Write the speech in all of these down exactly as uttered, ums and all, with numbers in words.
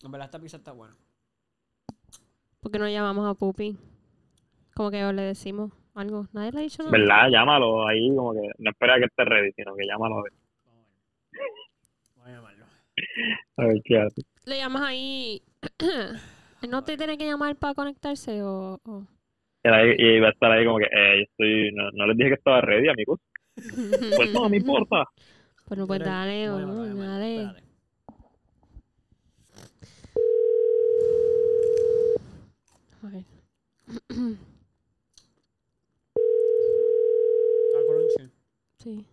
En verdad esta pizza está buena. ¿Por qué no llamamos a Pupi? Como que le decimos algo. Nadie le ha dicho nada. ¿Verdad? Llámalo ahí, como que no espera que esté ready, sino que llámalo a ver. Vamos a llamarlo. A ver qué hace. Le llamas ahí. ¿No te tiene que llamar para conectarse o...? o... Y ahí- y va a estar ahí como que, eh, yo estoy, no, no les dije que estaba ready, amigos. Pues no, me importa. Pues no, pues Mira, dale, vamos a vamos, llamarlo, vamos a dale. llamarlo. A ver. Está crunchy. Sí.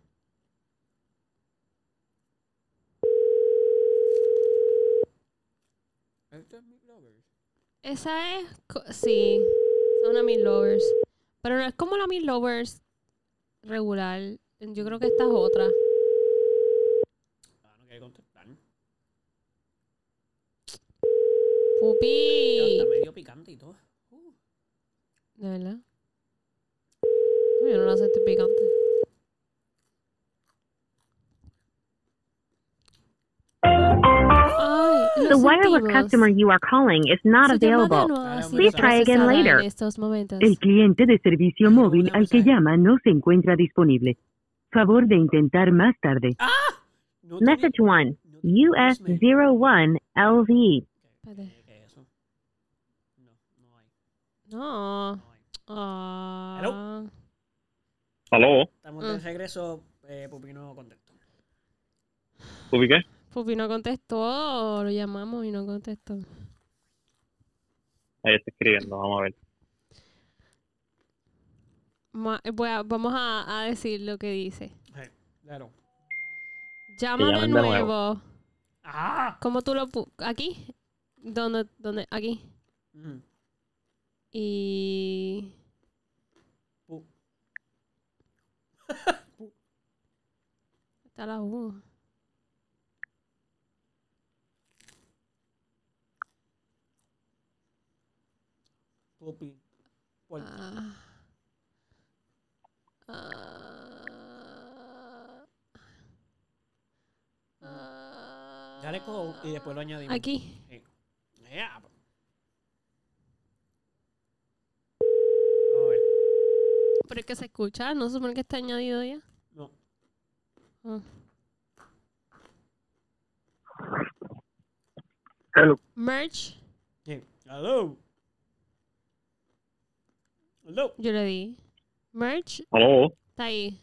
Esto es Meat Lovers. Esa es... co- Sí. Son una Meat Lovers. Pero no es como la Meat Lovers regular. Yo creo que esta es otra. Ah, no quiere contestar. Pupi. Está medio picante y todo. Uh. ¿De verdad? Yo no la sentí picante. Ay, lo The wireless sentimos. customer you are calling is not Su llamada available. no ha Ahora sido Please try again procesada later. en estos momentos. El cliente de servicio Ay, móvil ¿cómo al que mensaje? llama no se encuentra disponible. Favor de intentar más tarde. No tiene- Message one, no tiene U S voicemail. zero one L V. Espérate. ¿Qué, qué es eso? No, no hay. No. No hay. Ah. ¿Aló? Estamos de Mm. regreso. Eh, Pupi no contestó. ¿Tú vi qué? Pupi no contestó. Lo llamamos y no contestó. Ahí está escribiendo, vamos a ver. Ma- voy a- vamos a, a decir lo que dice. Hey, claro. Llama de llamen de nuevo. nuevo. ¡Ah! ¿Cómo tú lo pu- aquí? ¿Dónde? ¿Dónde? Aquí. Mm. Y... Pu- Está la U. Pupi. Por- Ah. Ah. Ah. Dale call y después lo añadimos. Aquí. Sí. Yeah. A ver. Pero es que se escucha. No se supone que está añadido ya. No. Ah. Hello. Merch. Sí. Hello. Hello. Yo le di. Merch. ¿Aló? Está ahí.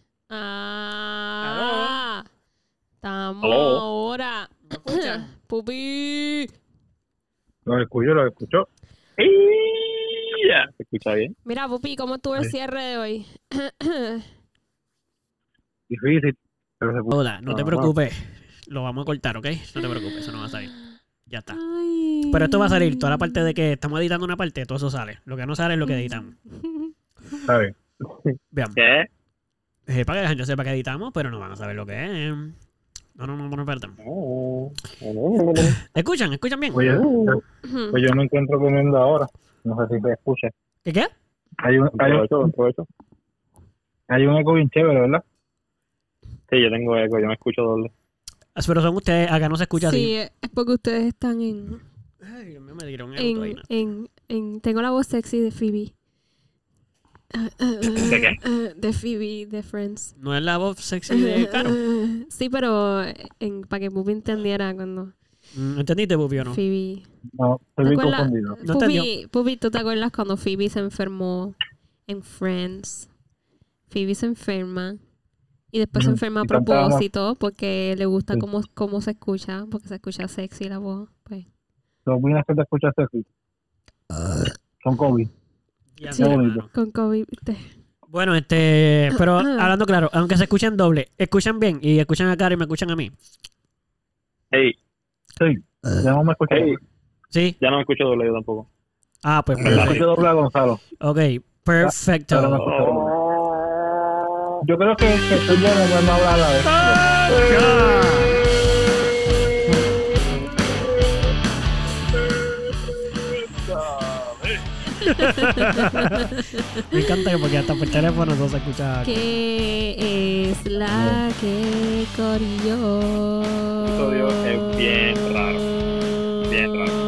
Ah. Estamos Aló. ahora. ¿Me escuchan? Pupi. Lo escucho, lo escucho. ¡Ya! ¿Se escucha bien? Mira, Pupi, ¿cómo estuvo el Ahí. cierre de hoy? Difícil, pero se puede. Hola, no te Ajá. preocupes. Lo vamos a cortar, ¿ok? No te preocupes, eso no va a salir. Ya está. Ay. Pero esto va a salir, toda la parte de que estamos editando una parte, todo eso sale. Lo que no sale es lo que editamos. Está bien. Veamos. ¿Qué? Eh, para que la gente sepa que editamos, pero no van a saber lo que es. No, no, no, no, perdón. ¿Escuchan? ¿Escuchan bien? Pues yo, pues yo me encuentro comiendo ahora. No sé si te escuchas. ¿Qué qué? Hay un, hay, Aprovecho, un, aprovecho. hay un eco bien chévere, ¿verdad? Sí, yo tengo eco, yo me escucho doble. Ah, pero son ustedes, acá no se escucha Sí, así. es porque ustedes están en, Ay, Dios mío, me dieron el auto ahí, en, ¿no? en, en... Tengo la voz sexy de Phoebe. ¿De qué? De Phoebe, de Friends. No es la voz sexy de Caro. Sí, pero en, para que Pupi entendiera cuando Mm, ¿Entendiste, Pupi, o no? Phoebe... No, ¿Te estoy bien acuerdas? confundido. No Pupi, entendió. Pupi, ¿tú te acuerdas cuando Phoebe se enfermó en Friends? Phoebe se enferma y después se Ujú. enferma a Y cantábamos. propósito porque le gusta Sí. cómo, cómo se escucha, porque se escucha sexy la voz. Pues. ¿Qué opinas que te escuchaste así? Son COVID. Ya, Sí. mi hermano. Con COVID. ¿viste? Bueno, este, pero hablando claro, aunque se escuchen doble, escuchan bien y escuchan a Caro y me escuchan a mí. Hey, Sí, ya no me escucho. hey, ¿Sí? ya no me escucho doble yo tampoco. Ah, pues Me perfecto. escucho doble a Gonzalo. Ok, perfecto. Ahora me escucho doble. Yo creo que, que tú y yo no podemos hablar a la vez. Me encanta que porque hasta por teléfono no se escucha. ¿Qué es la que corrió? Episodio es bien raro, bien raro.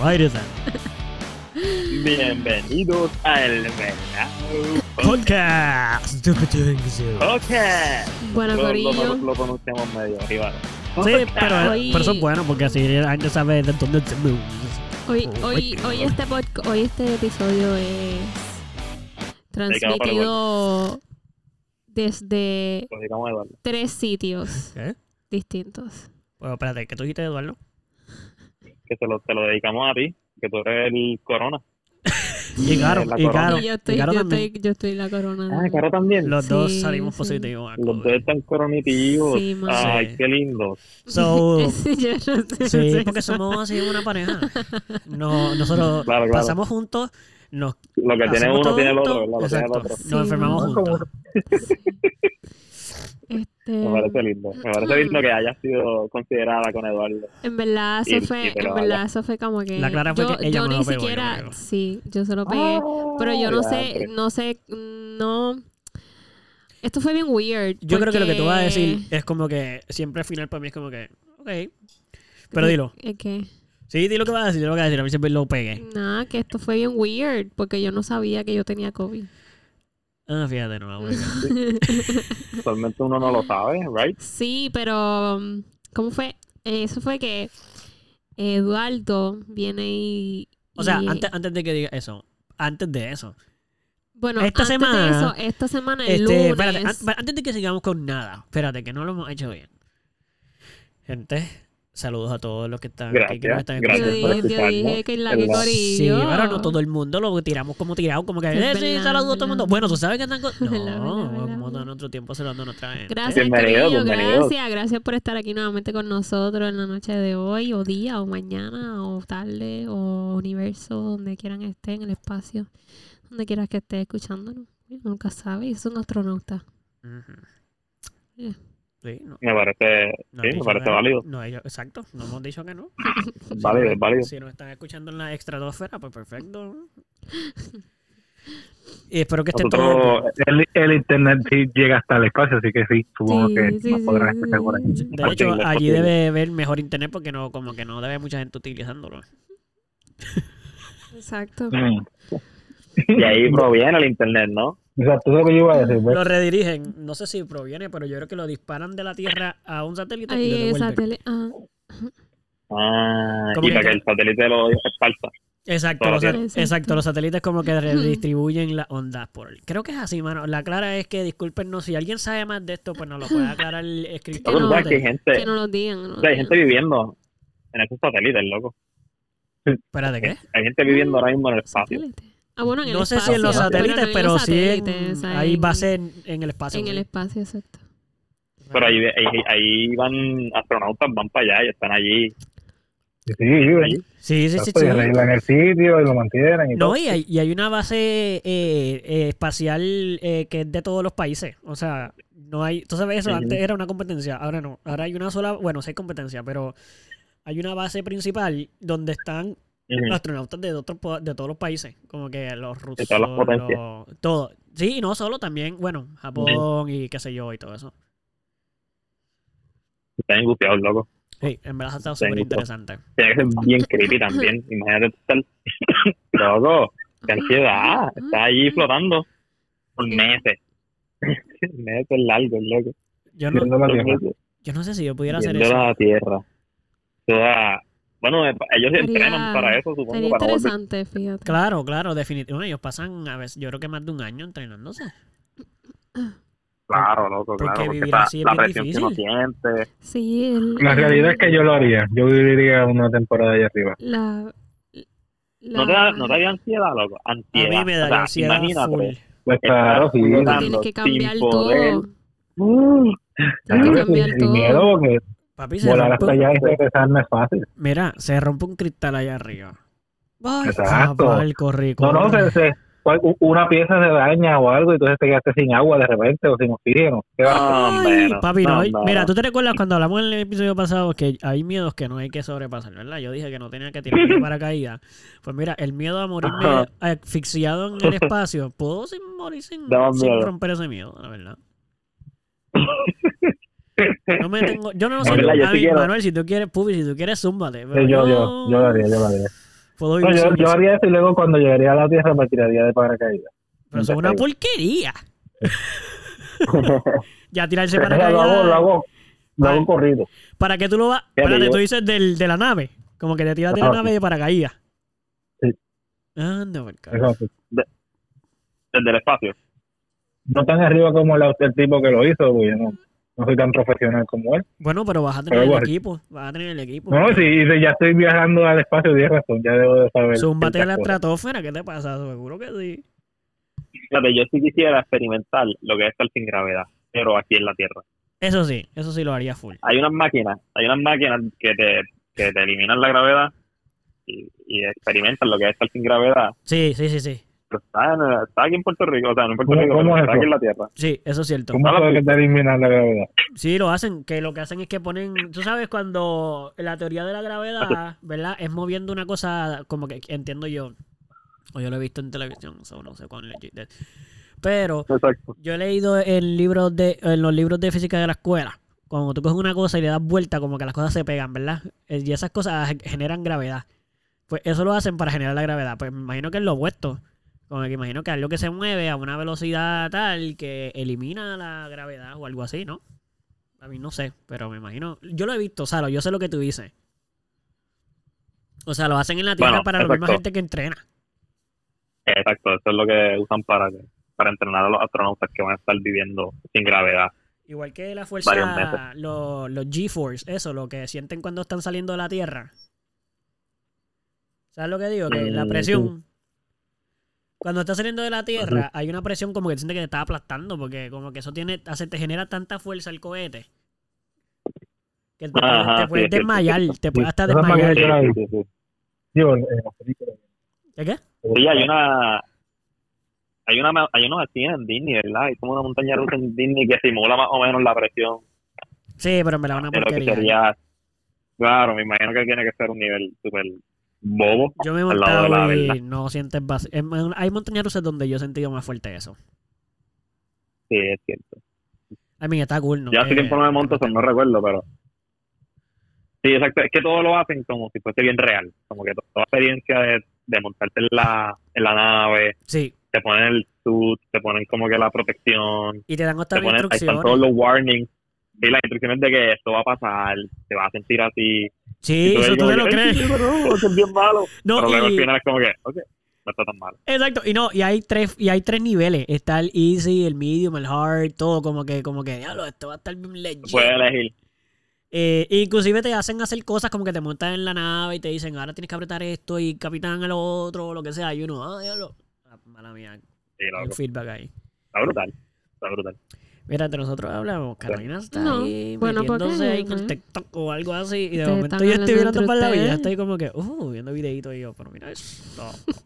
Why that? Bienvenidos al Venado Podcast. Podcast. Bueno, Lo, lo, corillo. lo, lo pronunciamos medio arriba. Sí, pero, Hoy- pero eso es bueno porque así la gente sabe de dónde se mueve. Hoy, hoy, hoy, este podca- hoy este episodio es transmitido desde Lo digamos Eduardo. tres sitios ¿Qué? distintos. Bueno, espérate, ¿qué tú dijiste, Eduardo? Que se lo, te lo dedicamos a ti, que tú eres el Corona. Y Caro, La y corona. Caro, y yo y estoy, Caro yo, también. estoy, yo estoy la corona. Ah, Caro también. Los dos Sí, salimos sí. positivos. Los dos están coronitivos. Sí, man. Ay, Sí. qué lindo. So, Sí, yo no sé, sí, no sé porque eso. somos así una pareja. No, nosotros Claro, claro. pasamos juntos, nos Lo que tiene hacemos uno todo tiene el otro, juntos, ¿verdad? Lo tiene el exacto. otro. Sí, Nos enfermamos man. juntos. Este, Me parece lindo. Me parece lindo que haya sido considerada con Eduardo. En verdad, Y- eso fue, y te lo en verdad, eso fue como que La clara fue yo, que ella yo me ni lo pegó, yo siquiera, me lo pegó. sí, yo se lo pegué, pero yo no ya, sé, pero- no sé, no, esto fue bien weird. Yo creo que lo que tú vas a decir porque- es como que siempre al final para mí es como que, ok. Pero dilo. ¿Es que? Sí, di lo que vas a decir, di lo que vas a decir. A mí siempre lo pegué. Nada, que esto fue bien weird, porque yo no sabía que yo tenía COVID. Ah, fíjate, no, güey. Actualmente uno no lo sabe, ¿right? Sí, pero um, ¿cómo fue? Eh, Eso fue que Eduardo viene y... O sea, y- antes, antes de que diga eso, antes de eso. bueno, esta antes semana, de eso, esta semana, el Este, lunes... espérate, an- antes de que sigamos con nada, espérate, que no lo hemos hecho bien. Gente, saludos a todos los que están aquí, que nos están Gracias, yo gracias por dije, yo escucharnos. dije que la que ¿Verdad? Sí, corillo. pero no todo el mundo lo tiramos como tirado, como que Es eh, sí, verdad, saludos a todo el mundo. verdad. Bueno, tú sabes que están con... No, Verdad, verdad, vamos verdad, a verdad. nuestro tiempo saludando a nuestra gente. Gracias, Bienvenido, corillo, bienvenido. gracias, gracias por estar aquí nuevamente con nosotros en la noche de hoy, o día, o mañana, o tarde, o universo, donde quieran que esté, en el espacio, donde quieras que esté escuchándonos. Nunca sabe, es un astronauta. Ujú. Yeah. Sí, no. Me parece, no sí, han me dicho parece que no. válido. No, ellos- exacto, no hemos dicho que no. Válido, es válido. Si nos están escuchando en la estratosfera, pues perfecto. Y espero que estén todos Nosotros, El, el internet sí llega hasta el espacio, así que sí, supongo Sí, que sí, nos sí, podrán sí, escuchar sí. por ahí. bien. De hecho, Posible, allí posible. debe haber mejor internet porque no, como que no debe haber mucha gente utilizándolo. Exacto. Mm. de ahí proviene el internet, ¿no? Exacto, eso es lo que yo iba a decir, ¿ves? Lo redirigen, no sé si proviene, pero yo creo que lo disparan de la Tierra a un satélite y lo Ahí devuelven. satélite. Ah, Ah, ¿Cómo y que para que qué? el satélite lo esparza. Exacto, Toda los, la sat- Tierra. exacto, los satélites como que redistribuyen las ondas por... Creo que es así, mano. La clara es que, discúlpenos, si alguien sabe más de esto, pues nos lo puede aclarar escrito. Que No, tú no, sabes que hay gente, que no lo digan. No lo o sea, hay digan. gente viviendo en esos satélites, loco. Espérate, ¿qué? Hay gente viviendo ahora mismo en el espacio. Satélite. Ah, bueno, en el No sé espacio. si en los satélites, no en pero, los sí en, satélites, o sea, hay en- base en, en el espacio. En el sí. espacio, exacto. Pero ahí, ahí, ahí van astronautas, van para allá y están allí. Sí, sí, viven. allí. Sí, sí, sí. Exacto, sí. y arreglan el sitio y lo mantienen y No, todo. y hay, y hay una base eh, eh, espacial eh, que es de todos los países. O sea, no hay... Tú sabes eso, Ujú. antes era una competencia, ahora no. Ahora hay una sola... Bueno, sí hay competencia, pero hay una base principal donde están Ujú. astronautas de otros po- de todos los países, como que los rusos, todas las potencias. los- todo. Sí, y no solo, también, bueno, Japón y qué sé yo y todo eso. Están angustiados, loco. Sí, en verdad ha estado Tengo súper todo. interesante. Tiene que ser bien creepy también. Imagínate estar. Loco, qué ansiedad. Está allí flotando por meses. meses largos, loco. Yo no, Viendo la Por Tierra. meses. yo no sé si yo pudiera hacer Viendo eso. la tierra. Toda... Bueno, eh, ellos se Sería- entrenan para eso, supongo, Sería para volver. interesante, fíjate. Claro, claro, definitivamente. Bueno, ellos pasan a veces, yo creo que más de un año entrenándose. Claro, loco, Porque claro. Porque vivir está- así es la bien presión que uno difícil. siente. Sí, el, La realidad es que yo lo haría. Yo viviría una temporada allá arriba. la, la, ¿No te, da, ¿No te da ansiedad, loco? A Ansiedad. mí me O daría sea, ansiedad imagínate. full. Pues claro, sí. Estar Tienes que sin cambiar poder. todo. Uh, Tienes claro que que cambiar sí, todo. sin miedo, porque Papi, se volar rompe, hasta allá y regresar no es fácil. mira, se rompe un cristal allá arriba. Ay, Exacto. papá, el corre, No, no, corre. se, se- u- una pieza se daña o algo y entonces te quedaste sin agua de repente o sin oxígeno. ¿Qué va a hacer? No, hombre, no. Papi, no, No, hay- no, mira, no. tú te recuerdas cuando hablamos en el episodio pasado que hay miedos que no hay que sobrepasar, ¿verdad? Yo dije que no tenía que tirarme de paracaídas. Pues mira, el miedo a morirme Ajá. asfixiado en el espacio, puedo sin morir sin, Da más sin miedo. romper ese miedo, la verdad. No me tengo, yo no sé, La verdad, yo a sí mí, quiero. Manuel, si tú quieres, Pupi, si tú quieres, zúmbate. Pero Sí, yo, yo, yo lo haría, yo lo haría. Puedo No, vivir yo, sin yo eso. haría eso y luego cuando llegaría a la Tierra me tiraría de paracaídas. Pero eso es una porquería. Ya tirarse Pero para lo hago, lo caídas. hago, lo hago corrido. ¿Para qué tú lo vas? Fíjate, Espérate, yo- tú dices del, de la nave. Como que te tiras de la Ah, nave de paracaídas. Sí. Anda, por carajo. Eso sí. Desde el espacio. No tan arriba como el, el tipo que lo hizo, porque yo no, no soy tan profesional como él. Bueno, pero vas a tener Pero el bueno. equipo. Vas a tener el equipo. No, si, si ya estoy viajando al espacio, tienes razón, ya debo de saber. Zúmbate a la ciertas cosas. estratosfera, ¿qué te pasa? Seguro que sí. Fíjate, yo sí quisiera experimentar lo que es estar sin gravedad, pero aquí en la Tierra. Eso sí, eso sí lo haría full. Hay unas máquinas, hay unas máquinas que te, que te eliminan la gravedad y, y experimentan lo que es estar sin gravedad. Sí, sí, sí, sí. Pero está, en- está aquí en Puerto Rico, o sea, no en Puerto ¿Cómo- Rico, cómo pero es está eso? aquí en la Tierra. Sí, eso es cierto. ¿Cómo No la puede que pista. te eliminan la gravedad? Sí, lo hacen, que lo que hacen es que ponen, tú sabes, cuando la teoría de la gravedad, ¿verdad? Es moviendo una cosa, como que entiendo yo, o yo lo he visto en televisión, o no sé cuán legit es. Pero Exacto. yo he leído en libros de, en los libros de física de la escuela, cuando tú coges una cosa y le das vuelta, como que las cosas se pegan, ¿verdad? Y esas cosas generan gravedad. Pues eso lo hacen para generar la gravedad. Pues me imagino que es lo opuesto. Como que imagino que algo que se mueve a una velocidad tal que elimina la gravedad o algo así, ¿no? A mí no sé, pero me imagino. Yo lo he visto, Salo, yo sé lo que tú dices. O sea, lo hacen en la Tierra Bueno, para la misma exacto. gente que entrena. Exacto, eso es lo que usan para, para entrenar a los astronautas que van a estar viviendo sin gravedad. Igual que la Varios fuerza, meses. los, los G-Force, eso, lo que sienten cuando están saliendo de la Tierra. ¿Sabes lo que digo? Que la Mm, presión. Cuando estás saliendo de la Tierra, hay una presión como que siente que te está aplastando, porque como que eso tiene, hace, te genera tanta fuerza el cohete. Que te, Ajá, puedes- te sí, puedes es cierto. desmayar, te puedes hasta Esa desmayar. máquina yo la Sí, vi. sí, sí. Digo, en la película. ¿De qué? Sí, hay una hay una hay unos así en Disney, ¿verdad? Hay como una montaña rusa en Disney que simula más o menos la presión Sí, pero me la van a de lo que porquería. sería. Claro, me imagino que tiene que ser un nivel súper bobo Yo me he al lado de la montado y verdad. no sientes vacío. Hay montañas rusas donde yo he sentido más fuerte eso. Sí, es cierto. A mí está cool, ¿no? Yo hace Que- tiempo no me monto, eso no recuerdo, pero sí, exacto. Es que todo lo hacen como si fuese bien real. Como que toda la experiencia de, de montarte en la, en la nave, Sí, te ponen el suit, te ponen como que la protección, y te dan te otras ponen, ahí están instrucciones. todos los warnings y las instrucciones de que esto va a pasar, te vas a sentir así. Sí, Y tú eso ahí tú como te lo que, "Ay, crees. sí, pero no, eso es bien malo". No, Pero luego al y- final es como que, ok, no está tan malo. Exacto, y no, y hay tres, y hay tres niveles. Está el easy, el medium, el hard, todo como que, como que, diablo, esto va a estar bien legit. Puedes elegir. Eh, inclusive te hacen hacer cosas como que te montan en la nave y te dicen, ahora tienes que apretar esto y capitán el otro, o lo que sea, y uno, ah, diablo. Ah, mala mía, Sí, hay loco. un feedback ahí. Está brutal. Está brutal. Mira, entre nosotros hablamos, Carolina está No, ahí bueno, ¿por metiéndose qué? ahí con Pues, TikTok o algo así, y de ustedes momento están yo estoy hablando mirando entre para la vida, ustedes. estoy como que, uh, viendo videitos y yo, pero mira esto.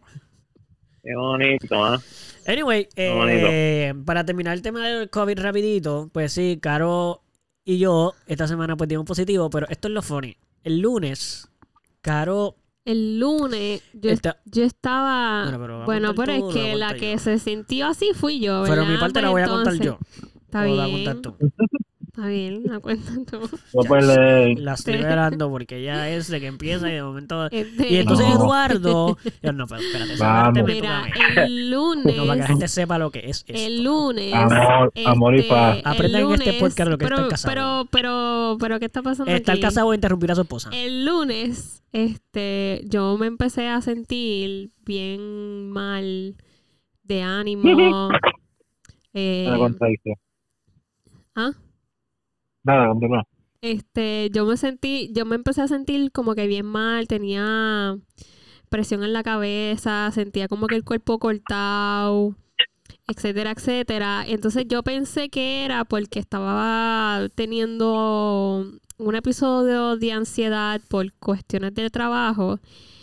Qué bonito, ¿ah? Anyway, Qué bonito. eh, para terminar el tema del COVID rapidito, pues sí, Caro y yo esta semana pues dimos positivo, pero esto es lo funny. El lunes, Caro... El lunes yo, Esta- yo estaba... Bueno, pero ¿va a Bueno, contar pero tú o es lo voy a que la contar que yo? se sintió así fui yo, ¿verdad? Pero mi parte la Pues voy a contar entonces, yo. Está O la bien, contar tú. está bien, la cuentas tú. No, pues le- La estoy velando porque ella es de que empieza y de momento... Este, Y entonces No. Eduardo... Yo, no, pero espérate, esa Vamos. parte me Mira, toca a mí. el lunes... No, para que la gente sepa lo que es esto. El lunes. Amor, amor y este, paz. el Aprendan en este lunes- podcast lo que es pero, estar casado. Pero, pero, pero, ¿qué está pasando Estar aquí? casado o interrumpir a su esposa. El lunes, este, yo me empecé a sentir bien mal de ánimo. eh, Nada, contradicción. ¿ah? Nada, continúa. Este, yo me sentí, yo me empecé a sentir como que bien mal, tenía presión en la cabeza, sentía como que el cuerpo cortado, etcétera, etcétera. Entonces yo pensé que era porque estaba teniendo un episodio de ansiedad por cuestiones del trabajo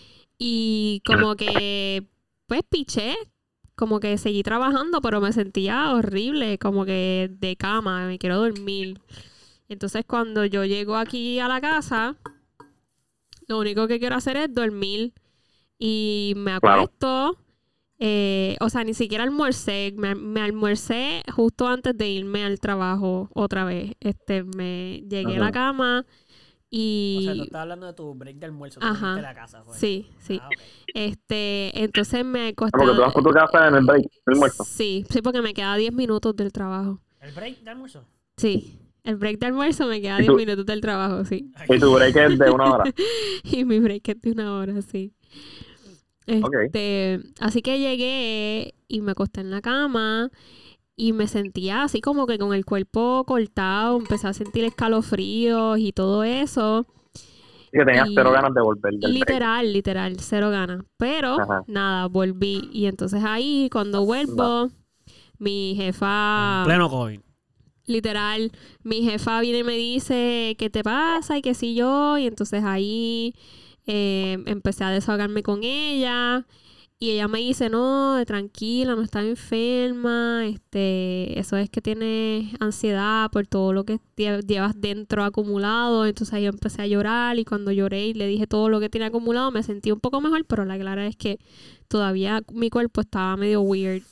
y como que pues piché, como que seguí trabajando, pero me sentía horrible, como que de cama, me quiero dormir. Entonces cuando yo llego aquí a la casa, lo único que quiero hacer es dormir y me Claro. acuesto. Eh, o sea, ni siquiera almorcé. Me, me almorcé justo antes de irme al trabajo otra vez. Este, me llegué a la Ajá. cama Y... O sea, tú estás hablando de tu break de almuerzo. Tú Ajá. viniste a la casa, fue. Sí, sí. Ah, ok. Este, entonces me Porque tú costaba... vas con tu casa en el break, el almuerzo. Sí, sí, porque me queda diez minutos del trabajo. ¿El break de almuerzo? Sí, el break de almuerzo me queda ¿Y diez tú? minutos del trabajo, sí. Y tu break es de una hora. Y mi break es de una hora, sí. Ok. Este, así que llegué y me acosté en la cama y me sentía así como que con el cuerpo cortado, empecé a sentir escalofríos y todo eso. Y que tenías Y- cero ganas de volver del break. Literal, literal, cero ganas. Pero Ajá. nada, volví. Y entonces ahí, cuando vuelvo, mi jefa... En pleno COVID. Literal, mi jefa viene y me dice, ¿qué te pasa? Y qué sé yo. Y entonces ahí eh, empecé a desahogarme con ella. Y ella me dice, no, tranquila, no estás enferma. Este, eso es que tienes ansiedad por todo lo que lle- llevas dentro acumulado. Entonces ahí yo empecé a llorar. Y cuando lloré y le dije todo lo que tenía acumulado, me sentí un poco mejor. Pero la clara es que todavía mi cuerpo estaba medio weird.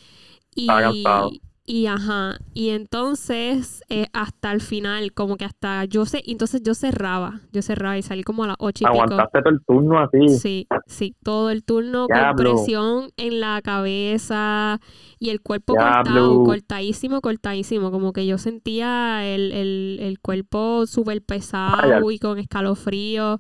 Y, Estaba cansado. y ajá, y entonces eh, hasta el final, como que hasta yo sé, entonces yo cerraba, yo cerraba y salí como a las ocho y pico. Aguantaste todo el turno así. Sí, sí, todo el turno con Diablo. presión en la cabeza y el cuerpo Diablo. cortado, cortadísimo, cortadísimo, como que yo sentía el, el, el cuerpo súper pesado y con escalofrío.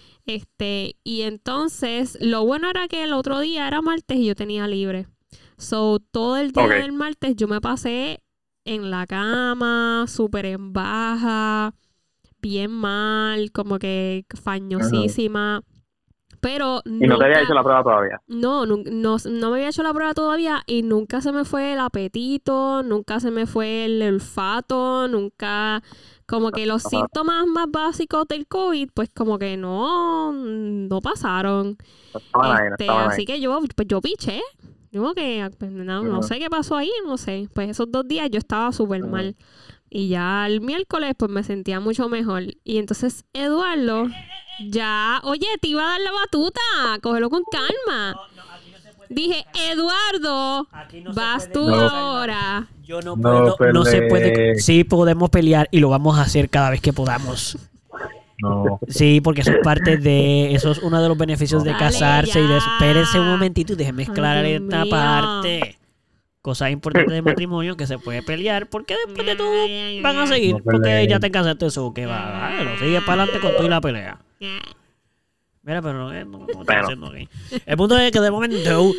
Este, y entonces, lo bueno era que el otro día era martes y yo tenía libre. So, todo el día Ok. del martes yo me pasé en la cama, súper en baja, bien mal, como que fañosísima. Pero Y no te había nunca- hecho la prueba todavía. no, nun- no, no me había hecho la prueba todavía y nunca se me fue el apetito, nunca se me fue el olfato, nunca, como que los Ajá. síntomas más básicos del COVID, pues como que no, no pasaron. No estaban ahí, no Este, estaban así ahí. que yo, pues yo piché. Yo que pues, no, no Ujú. sé qué pasó ahí, no sé. Pues esos dos días yo estaba súper Ujú. mal. Y ya el miércoles pues me sentía mucho mejor. Y entonces Eduardo ya, oye, te iba a dar la batuta, cógelo con calma. Dije, Eduardo, Aquí no se vas puede tú pelear. ahora. Yo no No puedo, no se puede. peleé. Sí, podemos pelear y lo vamos a hacer cada vez que podamos. No. Sí, porque eso es parte de. Eso es uno de los beneficios de Dale, casarse y de eso. ya. Espérense un momentito y déjenme aclarar Ay, Dios esta mío. parte. Cosas importantes de matrimonio que se puede pelear porque después de todo van a seguir. No Porque peleen. ya te casaste eso, que va. Ah, lo sigue para adelante con tú y la pelea. Mira, pero no, eh, no, no estoy Bueno. haciendo aquí. El punto es que de momento.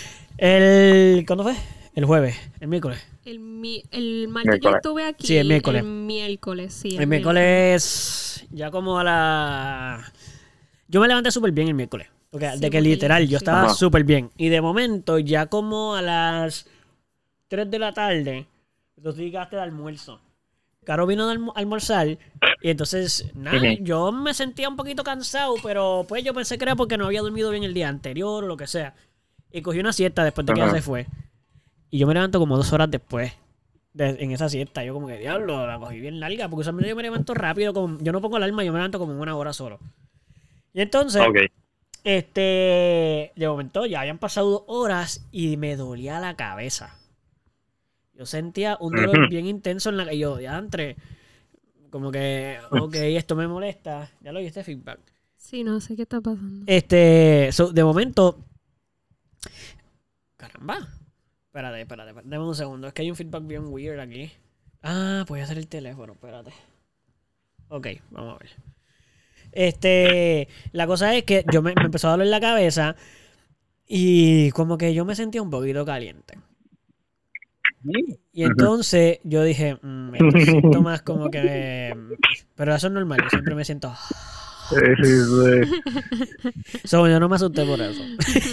El. ¿Cuándo fue? El jueves, el miércoles. El, mi- el martes yo Miércoles. estuve aquí. Sí, el miércoles. El miércoles, sí. El miércoles, ya como a la... Yo me levanté súper bien el miércoles. Porque Sí, de que porque literal, yo- yo sí. estaba Ajá. súper bien. Y de momento, ya como a las tres de la tarde, tú llegaste de almuerzo. Caro vino de alm- almorzar. Y entonces, nada, Ujú. yo me sentía un poquito cansado, pero pues yo pensé que era porque no había dormido bien el día anterior o lo que sea. Y cogí una siesta después de que ella Ajá. se fue. Y yo me levanto como dos horas después. de- en esa siesta, yo como que diablo, la cogí bien larga, porque usualmente yo me levanto rápido, como, yo no pongo alarma, yo me levanto como en una hora solo. Y entonces, Ok. este, de momento ya habían pasado dos horas y me dolía la cabeza. Yo sentía un dolor Ujú. bien intenso en la que yo, ya entre, como que, ok, esto me molesta. Ya lo oíste feedback. Sí, no sé qué está pasando. Este, so, de momento, caramba. Espérate, espérate, espérate, dame un segundo. Es que hay un feedback bien weird aquí. Ah, voy a hacer el teléfono, espérate. Ok, vamos a ver. Este, la cosa es que yo me, me empezó a doler la cabeza y como que yo me sentía un poquito caliente. Y entonces yo dije, mm, estos síntomas como que... Pero eso es normal, yo siempre me siento... So, yo no me asusté por eso.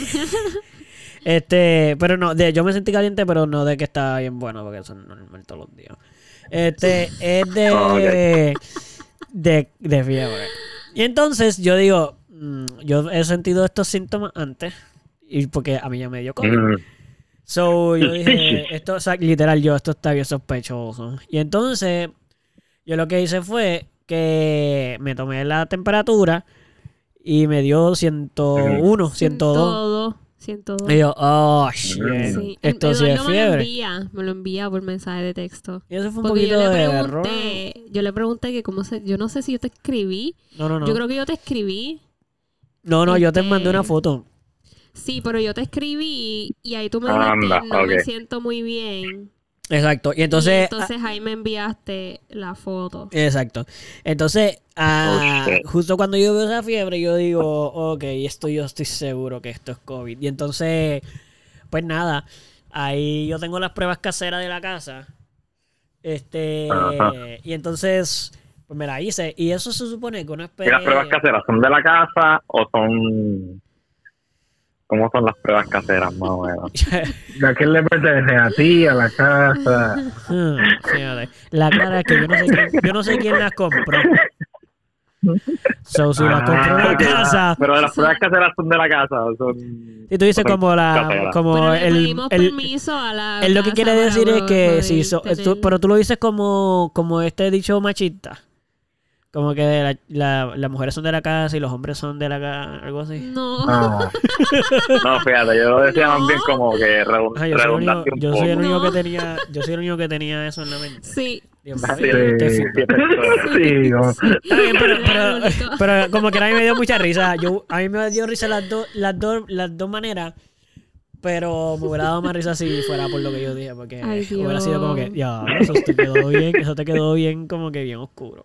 Este, pero no, de, yo me sentí caliente, pero no de que estaba bien bueno, porque eso es normal todos los días. Este, es de, de, de fiebre. Y entonces yo digo, mm, yo he sentido estos síntomas antes, y porque a mí ya me dio COVID. Mm. So, yo dije, esto, o sea, literal, yo, esto está bien sospechoso. Y entonces, yo lo que hice fue que me tomé la temperatura y me dio ciento uno, ciento dos. Todo. ciento dos. Y yo, oh, shit. Sí. Esto sí es Eduardo me lo fiebre. envía, me lo envía por mensaje de texto. Y eso fue un Porque yo poquito le de error. pregunté, yo le pregunté que cómo se, yo no sé si yo te escribí. No, no, no. Yo creo que yo te escribí. No, no, yo te este, mandé una foto. Sí, pero yo te escribí y ahí tú me Anda, dijiste, no me ok. siento muy bien. Exacto. Y Y entonces. entonces ahí me enviaste la foto. ah, exacto. Entonces, ah, Oh, shit. justo cuando yo veo esa fiebre, yo digo, ok, esto yo estoy seguro que esto es COVID. Y entonces, pues nada, ahí yo tengo las pruebas caseras de la casa. Este. Ajá. Y entonces, pues me la hice. Y eso se supone que una ¿Y especie. las pruebas caseras son de la casa o son... ¿Cómo son las pruebas caseras, más o menos? ¿A quién le pertenece? ¿A ti? ¿A la casa? Hmm, fíjate. La clara es que yo no sé quién, yo no sé quién las compró. So, si las compró la Ah, casa. Pero las pruebas caseras son de la casa o son... Y tú dices o son como la. caseras. Como Pero le el, pedimos el, permiso a la él lo que casa quiere para decir es poder que si so- tener- tú- pero tú lo dices como, como este dicho machista. Como que la, la- las mujeres son de la casa y los hombres son de la casa, algo así. No. Ah, No, fíjate, yo lo decía No. más bien como que redund- Ajá, yo soy el único, redundante un yo poco. soy el único No. que tenía, yo soy el único que tenía eso en la mente. Sí. Dios Sí, mío, sí. este sí, feedback. eso es. sí, como- Está bien, pero, Era pero, el único. pero como que a mí me dio mucha risa. Yo, a mí me dio risa las dos, las dos, las dos maneras. Pero me hubiera dado más risa si fuera por lo que yo dije, porque Ay, hubiera sido como que, Dios. ya, eso te quedó bien, eso te quedó bien, como que bien oscuro.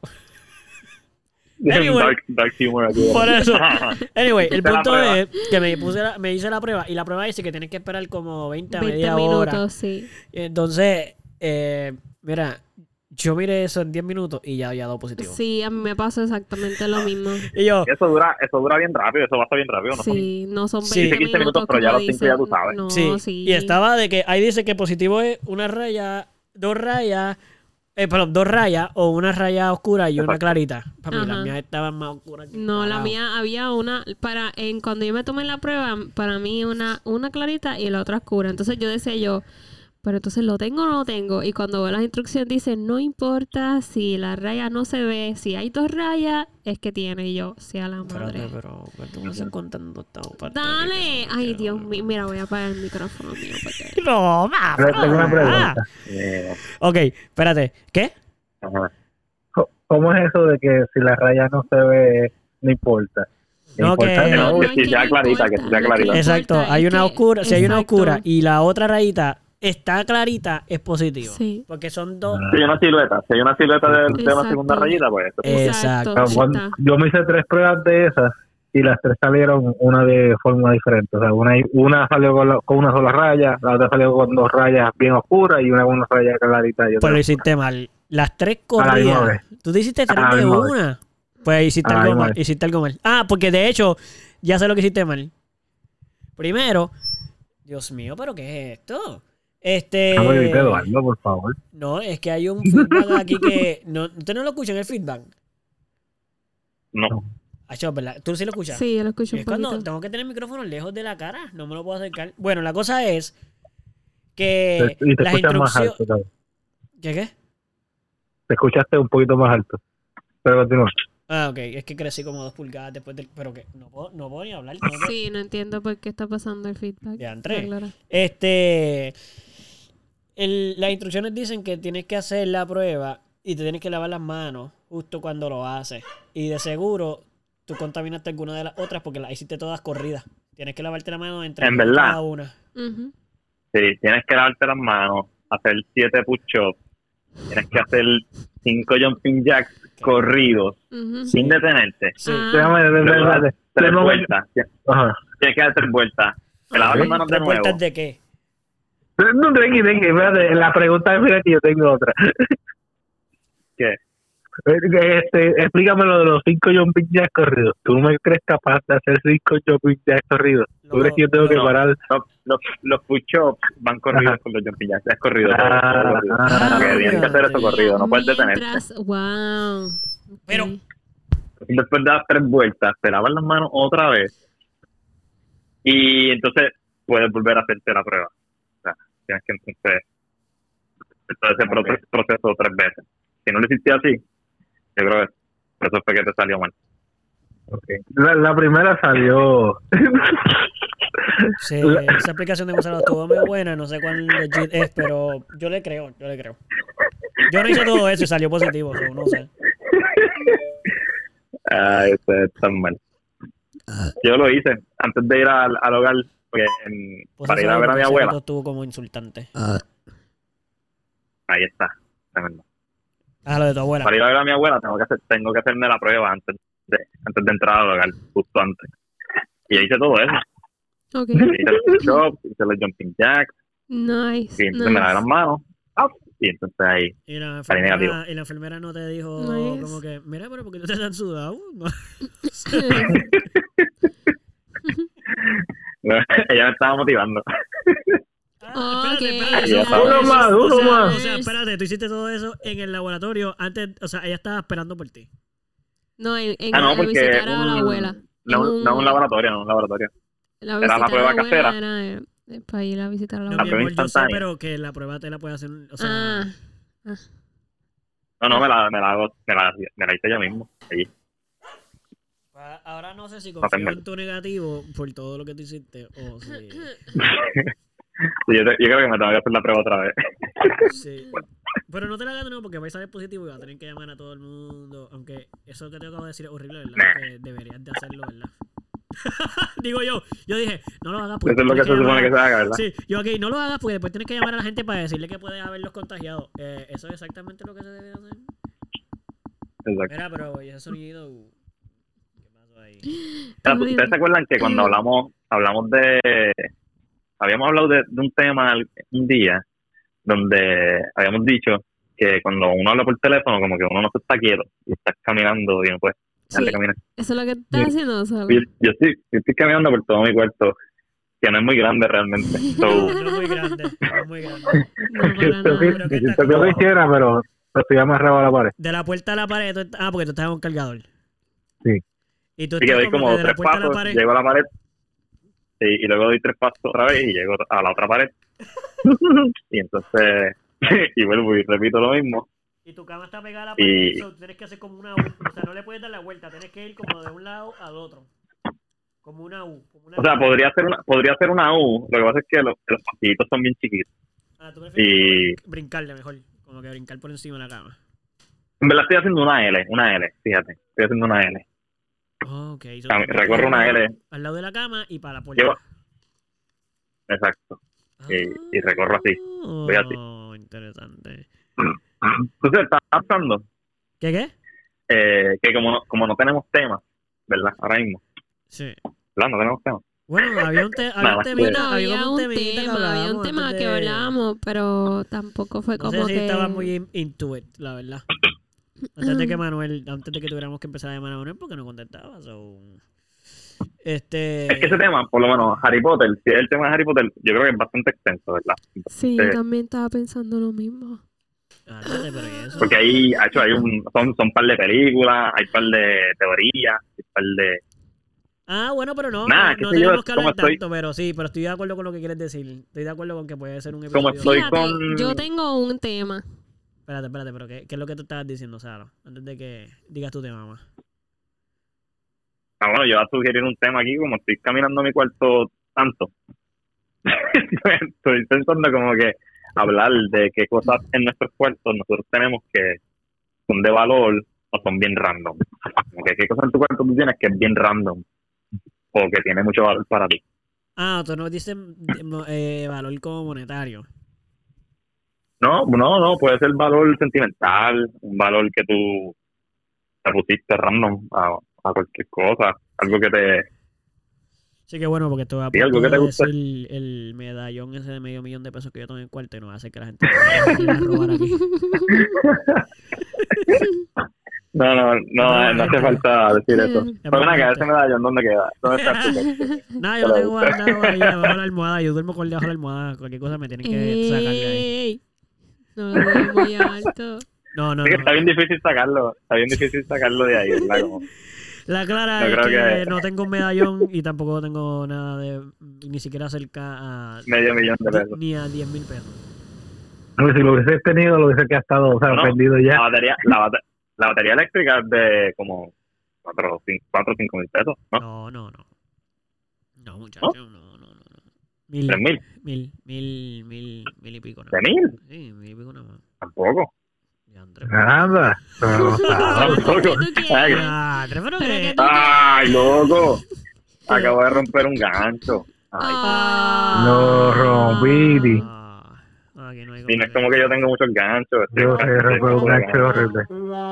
Anyway. dark, dark humor aquí. Por eso. Anyway, el Hiciste la punto prueba. es que me puse la- me hice la prueba y la prueba dice que tienes que esperar como veinte a veinte media minutos, hora. sí. Y entonces, eh, mira, yo miré eso en diez minutos y ya había dado positivo. Sí, a mí me pasa exactamente lo mismo. Y yo, Eso dura, eso dura bien rápido, eso pasa bien rápido, ¿no? Sí, no son Sí. veinte quince minutos, minutos, pero ya como los cinco dicen. ya tú sabes. No, sí. sí. Y estaba de que ahí dice que positivo es una raya, dos rayas, eh, perdón, dos rayas o una raya oscura y una Exacto. clarita. Para mí, las Ajá. mías estaban más oscuras que el No, la carajo. mía había una, para, en cuando yo me tomé la prueba, para mí una, una clarita y la otra oscura. Entonces yo decía yo, pero entonces lo tengo o no lo tengo. Y cuando veo las instrucciones dice, no importa si la raya no se ve, si hay dos rayas, es que tiene. Y yo, sea la madre. Espérate, pero ¿qué tú me estás contando esta parte? Dale. Que no Ay, quiero- Dios mío. Mira, voy a apagar el micrófono mío. Porque... No, ma, Pero tengo una ah. pregunta. Eh, Ok, espérate. ¿Qué? ajá. Co- ¿Cómo es eso de que si la raya no se ve, no importa? No, importa, que- No, no, que es si que sea no clarita, que importa, si sea no es que clarita. no Exacto, importa, hay es una que- oscura, si hay una exacto. oscura y la otra rayita está clarita, es positivo. Sí. Porque son dos. Ah. Si hay una silueta, si hay una silueta de, de una Exacto. segunda rayita, pues eso. Exacto. Pero ahí cuando- está. yo me hice tres pruebas de esas y las tres salieron una de forma diferente. O sea, una, una salió con, la- con una sola raya, la otra salió con dos rayas bien oscuras y una con una raya clarita. Y otra. Pues lo hiciste mal. Las tres A la misma corridas. vez. Tú te hiciste tres A la de misma vez. una. Pues hiciste A la algo misma mal. vez. Hiciste algo mal. Ah, porque de hecho, ya sé lo que hiciste mal. Primero, Dios mío, ¿pero qué es esto? Este. No me grite, Eduardo, por favor. No, es que hay un feedback aquí que. No, ¿usted no lo escucha en el feedback? No. Acho, ¿verdad? ¿Tú sí lo escuchas? Sí, yo lo escucho un Es cuando poquito. tengo que tener el micrófono lejos de la cara, no me lo puedo acercar. Bueno, la cosa es que Te- y te las escuchas más instrucciones... alto también. ¿Qué qué? Te escuchaste un poquito más alto. Pero continúa. Ah, ok, es que crecí como dos pulgadas después del... Pero que no puedo, no puedo ni hablar. tengo que- Sí, no entiendo por qué está pasando el feedback. Ya entré. Claro. Este... el- las instrucciones dicen que tienes que hacer la prueba y te tienes que lavar las manos justo cuando lo haces. Y de seguro tú contaminaste alguna de las otras porque las hiciste todas corridas. Tienes que lavarte la mano entre En verdad. cada una. Ujú. Sí, tienes que lavarte las manos, hacer siete push-ups, tienes que hacer cinco jumping jacks corridos, Ujú. sin detenerte. Sí. Ah. Déjame, déjame, Luego das déjame. tres Déjame- vueltas. Ajá. Tienes que dar tres vueltas. Te lavas las manos de ¿Tres nuevo. vueltas de qué? No, tranqui, tranqui, espérate, la pregunta es, mira que yo tengo otra. ¿Qué? Este, explícame lo de los cinco jumping jacks corridos. ¿Tú me crees capaz de hacer cinco jumping jacks corridos? ¿Tú crees que yo tengo que No. parar? Los, los, los push-ups van corridos Ajá. con los jumping jacks. Es corrido. todo, Ah, todo corrido. ah, Porque tienes que hacer eso corrido, no puedes detenerte. Mientras, wow. Ok. Pero- Después das tres vueltas, te lavas las manos otra vez y entonces puedes volver a hacerte la prueba. O sea, tienes que entonces todo ese proceso, proceso tres veces. Si no lo hiciste así, yo creo que por eso fue que te salió mal. Okay. La, la primera salió Sí, esa explicación de Gonzalo estuvo muy buena, no sé cuál legit es, pero yo le creo, yo le creo. Yo no hice todo eso y salió positivo, o sea, no sé. Ay, ustedes están mal. Yo lo hice antes de ir al, al hogar, porque, en- Pues para eso ir a ver a mi ese abuela. gato estuvo como insultante. Ahí está. Tremendo. Ah, lo de tu abuela. Para ir a ver a mi abuela tengo que hacer, tengo que hacerme la prueba antes de, antes de entrar al hogar, justo antes. Y hice todo eso. Ok. Hice los push-ups, hice los jumping jacks, Nice. y entonces me lavé las nice. manos. ¡Au! Y entonces ahí, Y la, salí negativo. enfermera, y la enfermera no te dijo Nice. como que, mira, pero ¿por qué no te has sudado? No. Ella me estaba motivando. Ah, Ok, espérate, espérate. ya eso- sabes. Uno más, o uno sea, más. O sea, espérate, tú hiciste todo eso en el laboratorio antes, o sea, ella estaba esperando por ti. No, en, en Ah, no, a porque visitar a la un- abuela. No, En no un laboratorio, no un laboratorio. La era visita la a prueba abuela casera. Era eh, eh, para ir a visitar a la No, La mi abuela. prueba amor, yo sé, instantánea. pero que la prueba te la puede hacer, o sea... Ah, No, no, me la, me la, hago- me la, me la hice yo mismo. Allí. a- Ahora no sé si No, confío tengo- en tu negativo por todo lo que tú hiciste o si... Sí, yo, te- yo creo que me tengo que hacer la prueba otra vez. Sí. Pero no te la hagas de nuevo porque vais a salir positivo y vas a tener que llamar a todo el mundo. Aunque eso que te acabo de decir es horrible, ¿verdad? Que deberías de hacerlo, ¿verdad? Digo yo, yo dije, no lo hagas porque Eso es lo que tienes se supone llamar que a- se haga, ¿verdad? Sí, yo aquí, no lo hagas porque después tienes que llamar a la gente para decirle que puedes haberlos contagiado. Eh, eso es exactamente lo que se debe hacer. Exacto. Mira, pero ¿y ese sonido? ¿Qué pasó ahí? Mira, pues, ¿ustedes se acuerdan que cuando hablamos hablamos de... Habíamos hablado de, de un tema al- un día donde habíamos dicho que cuando uno habla por teléfono como que uno no se está quieto y está caminando y no puede dejar de sí. caminar. Eso es lo que estás haciendo, solo. Yo, yo estoy, yo estoy caminando por todo mi cuarto, que no es muy grande realmente. So, No, no es muy grande, no es muy grande. No, para Yo nada. Pero ¿qué tal? yo quisiera, pero pero estoy amarrado a la pared. De la puerta a la pared, tú est- ah, porque tú estás en un cargador. Sí. Y tú así que estás doy como, como que de la tres puerta a la pasos, pared. llego a la pared sí, y luego doy tres pasos otra vez y llego a la otra pared. Y entonces, y vuelvo y repito lo mismo. Y tu cama está pegada a la pared, Y- so, tú tienes que hacer como una U. O sea, no le puedes dar la vuelta, tienes que ir como de un lado al otro. Como una U. Como una O sea, U. podría ser una, podría ser una U, lo que pasa es que los, los pasillitos son bien chiquitos. Ah, tú prefieres y- como brincarle mejor. Como que brincar por encima de la cama. En verdad estoy haciendo una L, una L, fíjate, estoy haciendo una L. Oh, ok. So, Cam- tú recorro una al lado- L. Al lado de la cama y para la puerta. Llevo- Exacto. y- y recorro así. Voy así. Oh, interesante. Entonces, estaba pensando ¿Qué qué? eh, que como no, como no tenemos temas, ¿verdad? Ahora mismo, Sí. ¿verdad? No tenemos temas. Bueno, había un, te, había Nada un más que- temita, Bueno, había había como un un temita que tema, había un hablábamos tema antes que de- hablábamos, pero tampoco fue No como sé si que... estaba muy in- into it, la verdad. Antes de que Manuel, antes de que tuviéramos que empezar a llamar a Manuel porque no contestaba. So. Este. Es que ese tema, por lo menos Harry Potter, si es el tema de Harry Potter, yo creo que es bastante extenso, ¿verdad? Sí, yo Eh, también estaba pensando lo mismo. Ándate, pero ¿y eso? Porque ahí, ha hecho, hay un, son, son par de películas, hay par de teorías, hay par de... Ah, bueno, pero no, Nada, no, qué no sé yo, tenemos que ¿cómo hablar estoy? tanto, pero sí, pero estoy de acuerdo con lo que quieres decir. Estoy de acuerdo con que puede ser un ¿Cómo episodio. estoy? Fíjate, con- yo tengo un tema. Espérate, espérate, pero ¿qué, ¿qué es lo que tú estabas diciendo, Sara? Antes de que digas tu tema, mamá. Ah, bueno, yo voy a sugerir un tema aquí, como estoy caminando a mi cuarto tanto. Estoy pensando como que hablar de qué cosas en nuestros cuartos nosotros tenemos que son de valor o son bien random. Como que qué cosas en tu cuarto tú tienes que es bien random o que tiene mucho valor para ti. Ah, tú no dices eh, valor como monetario. No, no, no, puede ser valor sentimental, un valor que tú te pusiste random a, a cualquier cosa, algo que te... Sí, que bueno, porque te voy a Sí, algo que te guste. decir el medallón ese de medio millón de pesos que yo tomé en cuarto y no va a hacer que la gente me quiera robar aquí. No, no, no, no hace falta decir eso. Es Pero ven acá, broma, ese medallón, ¿dónde queda? ¿Dónde está tu cuarto? Nada, yo lo tengo guardado ahí debajo de la almohada. Yo duermo con debajo de la almohada. Cualquier cosa me tienen que sacar de ahí. ¡Ey! No lo veo muy alto. No, no, Sí, que no. está bien difícil sacarlo, está bien difícil sacarlo de ahí, ¿verdad? Como, La clara Yo es creo que, que- no tengo un medallón y tampoco tengo nada de... Ni siquiera cerca a... medio millón de pesos. Ni a diez mil pesos. No, si lo hubiese tenido, lo hubiese gastado, o sea, No, vendido ya. La batería, la, bate- la batería eléctrica es de como cuatro o cinco mil pesos, ¿no? No, no, no. No, muchacho, no, no, no. Mil. ¿Tres mil? Mil, mil, mil, mil y pico. ¿No? ¿De mil? Sí, mil y pico nada más. Tampoco. Ya, Andrés. Nada. Pero no sabe. Tampoco. ¿Qué tú quieres? Ay, Ya, Andrés, pero Pero que... que tú- ¡Ay, loco! Acabo de romper un gancho. Ay, Ah. Lo rompí. Ah, aquí no hay y no es como que yo tengo muchos ganchos. estoy Yo sé, estoy romper un full de gancho ganchos. horrible.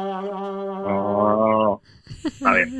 No. Está bien.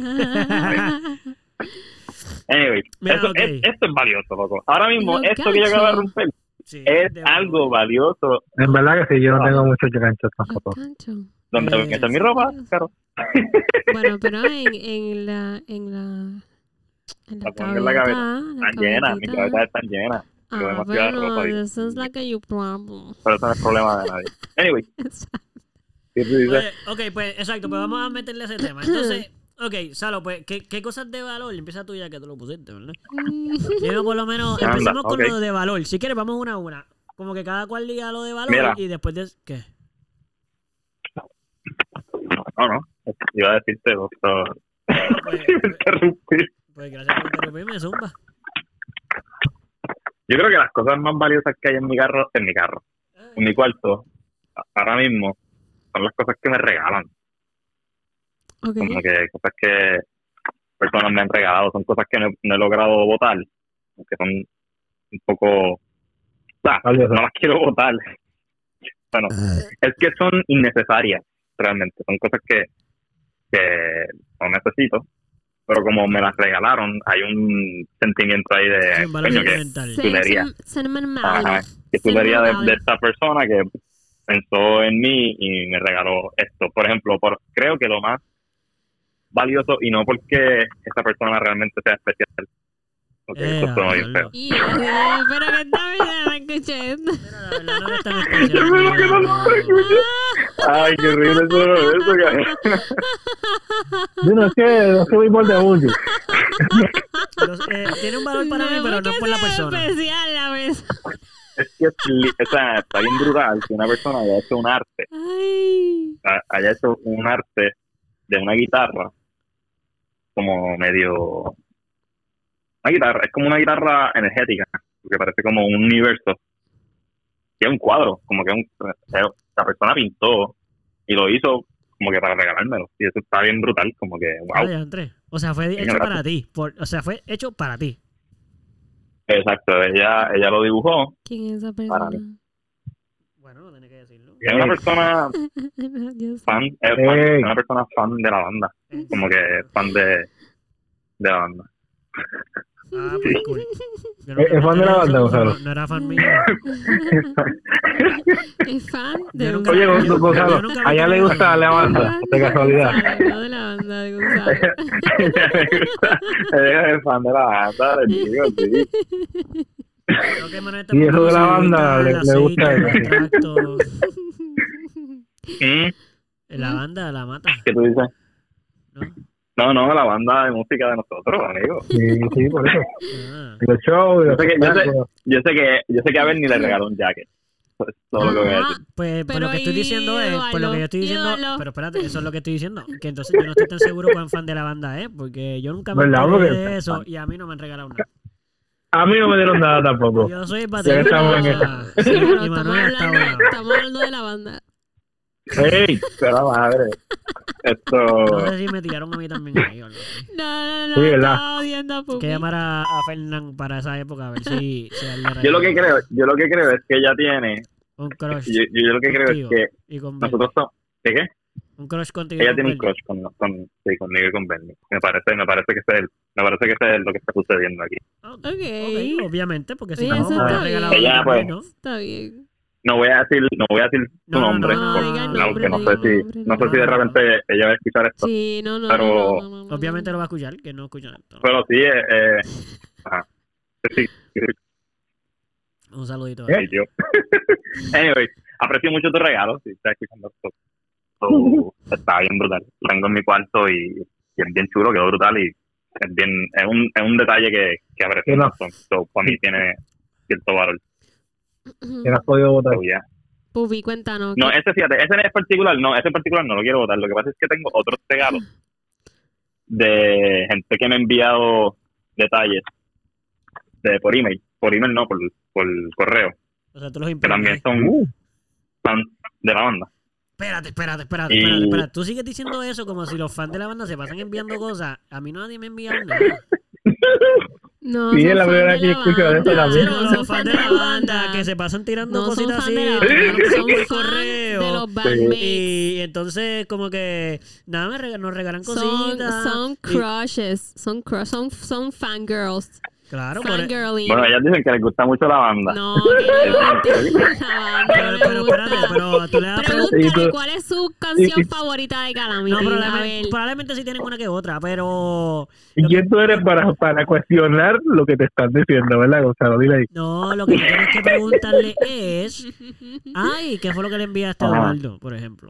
Anyway, Mira, eso- ok. es- esto es valioso, loco. Ahora mismo, Los esto que yo acabo de ganchos. romper Sí, es de algo valor. valioso. En verdad que sí, yo no tengo muchos ganchos Los tampoco. ganchos. Donde Eh, esta es mi ropa, claro. Bueno, pero en, en la en la en la La pongo en la cabeza. cabeza, la Están llenas, mis cabecita. cabezas están llenas. Tengo Ah, demasiada ropa. bueno, digo. this is like a you problem. Pero eso no es problema de nadie. Anyway, ¿qué tú dices? Oye, ok, pues exacto, pues vamos a meterle ese tema. Entonces, ok, Salo, pues, ¿qué, qué cosas de valor? Empieza tú ya que tú lo pusiste, ¿verdad? Yo por lo menos, Anda, empecemos con ok. lo de valor. Si quieres, vamos una a una. Como que cada cual diga lo de valor Mira. y después de... ¿Qué? No, no. Iba a decirte, doctor. Pues, Interrumpí. pues gracias por interrumpirme, Zumba. Yo creo que las cosas más valiosas que hay en mi carro, en mi carro, en mi cuarto, a- ahora mismo, son las cosas que me regalan. Ok. Como que cosas que personas me han regalado, son cosas que no, no he logrado votar, que son un poco, o sea, Valiosas. no las quiero votar. Bueno, es que son innecesarias, realmente, son cosas que, que no necesito, pero como me las regalaron, hay un sentimiento ahí de, Sí, un valor coño, que sentimental. chulería. Sentimental. Ajá, que chulería de, de esta persona que pensó en mí y me regaló esto. Por ejemplo, por, creo que lo más valioso, y no porque esta persona realmente sea especial, porque Eh, esto suena bien diablo. feo. Y eh, pero que está bien, no escuché esto. Mira, la verdad no eres tan especial. Yo creo que no lo escuché. Ay, qué horrible eso, eso, que... Yo no sé, no sé béisbol de Bungie. Los- eh, tiene un valor para mí, No, pero no porque es por la sea persona. especial la persona. Es que es li- o sea, está bien brutal que una persona haya hecho un arte, Ay. ha- haya hecho un arte de una guitarra como medio... Una guitarra, es como una guitarra energética, porque parece como un universo. Y es un cuadro, como que un, la persona pintó y lo hizo como que para regalármelo. Y eso está bien brutal, como que wow. Ay, Andrés. O sea, fue hecho gracias. para ti. Por, o sea, fue hecho para ti. Exacto, ella ella lo dibujó. ¿Quién es esa Para persona? Bueno, no tenés que decirlo. Es una persona Yo sé. fan, es fan- Ey. es una persona fan de la banda, como que fan de, de la banda. Ah, pues cool. Yo ¿Es- es fan de la banda, no, Gonzalo? no, no era fan mío. Es fan Yo de nunca- un- Oye, yo- Gonzalo, yo Gonzalo, nunca a me ella le creo. gusta la banda, de casualidad. No de la banda de Gonzalo. Ella me gusta, ella es fan de la banda, le digo, sí. Creo que Manuel está Y eso muy de la banda posibilista, le- el le aceite, gusta el eso, sí. extracto. Mm, La banda la mata, ¿Qué tú dices? ¿no? No, no, la banda de música de nosotros, amigo. Sí, sí, por eso. Ah. Y los shows, y los Yo sé que- yo sé- espectáculos. Yo sé que, yo sé que a Bernie le regaló un jacket. Eso es todo lo que voy a Ajá. decir. Pues, pues Pero lo que estoy diciendo es, pues lo que yo estoy diciendo, ídolo. pero espérate, eso es lo que estoy diciendo, que entonces yo no estoy tan seguro cuán fan de la banda es, porque yo nunca me ¿Verdad? enteré Porque- de eso y a mí no me han regalado nada. A mí no me dieron nada tampoco. Yo soy el Ya baterista. estamos en ah, Sí, y pero estamos Manuel está hablando, bueno. estamos hablando de la banda. ¡Ey! Pero madre. Esto. No sé si me tiraron a mí también ahí o algo así. No, no, no, Sí, ¿verdad? estaba odiando a Hay Pupi. que llamar a, a Fernán para esa época a ver si, si a él le Yo lo que regalan creo, yo lo que creo es que ella tiene. un crush Yo, yo, yo lo que creo contigo es que y con Bernie. nosotros somos. ¿De qué? Un crush contigo y Ella con tiene un Bernie. crush con, con, sí, conmigo y con Bernie. Me parece, me parece que ese es el, me parece que ese es lo que está sucediendo aquí. Ah, ok, Ok. ok, obviamente, porque si Oye, no, eso me habría está regalado bien. a mí Ella, también, pues, ¿no? Está bien. No voy a decir, no voy a decir su No, no, nombre, no, por- diga el no, nombre, que no diga sé el si, nombre, no sé si de no. repente ella va a escuchar esto, Sí, no, no, Pero- no, no, no, no, Obviamente no. lo va a escuchar, que no escucha esto. pero sí, eh, eh, ajá, sí, sí, Un saludito. sí, tío. Anyway, aprecio mucho tu regalo, si estás escuchando esto. So, está bien brutal. Lo tengo en mi cuarto y, y es bien chulo, quedó brutal y es bien, es un, es un detalle que, que aprecio Sí, no. mucho. So, para mí tiene cierto valor. Que no has podido votar. So, yeah. Pupi, cuéntanos. No, ¿qué- ese fíjate, ese en particular, no, ese en particular no lo quiero votar. Lo que pasa es que tengo otros regalos de gente que me ha enviado detalles de por email. por email no, por, por correo, O sea, tú los que imprimes. también son fans de la banda. Espérate, espérate, espérate, Y- espérate, espérate. Tú sigues diciendo eso como si los fans de la banda se pasan enviando cosas. A mí nadie me envía nada. No, Sí, son es la fan primera de que la escucho de eso banda, también. Pero no los son fans de la banda que se pasan tirando No son cositas fan así, de la que banda, mandan cosas son por fan correo. de los bandmates. Y entonces como que nada, me rega- nos regalan Son, cositas. son y- crushes, son crush, son, son fangirls, Claro, por e- fangirling. Bueno, ellas dicen que les gusta mucho la banda. No, que le gusta la banda, pero, no le pero espérate, gusta. pero tú le das preguntas. Pregúntale Y tú- cuál es su canción y- y- favorita de Calamity. No, a probablemente, ver. probablemente sí tienen una que otra, pero ¿Y lo que- quién tú eres para, para cuestionar lo que te están diciendo, verdad, Gonzalo? Dile ahí. no, lo que tú tienes que preguntarle es, ay, ¿qué fue lo que le enviaste a Ajá. Eduardo, por ejemplo?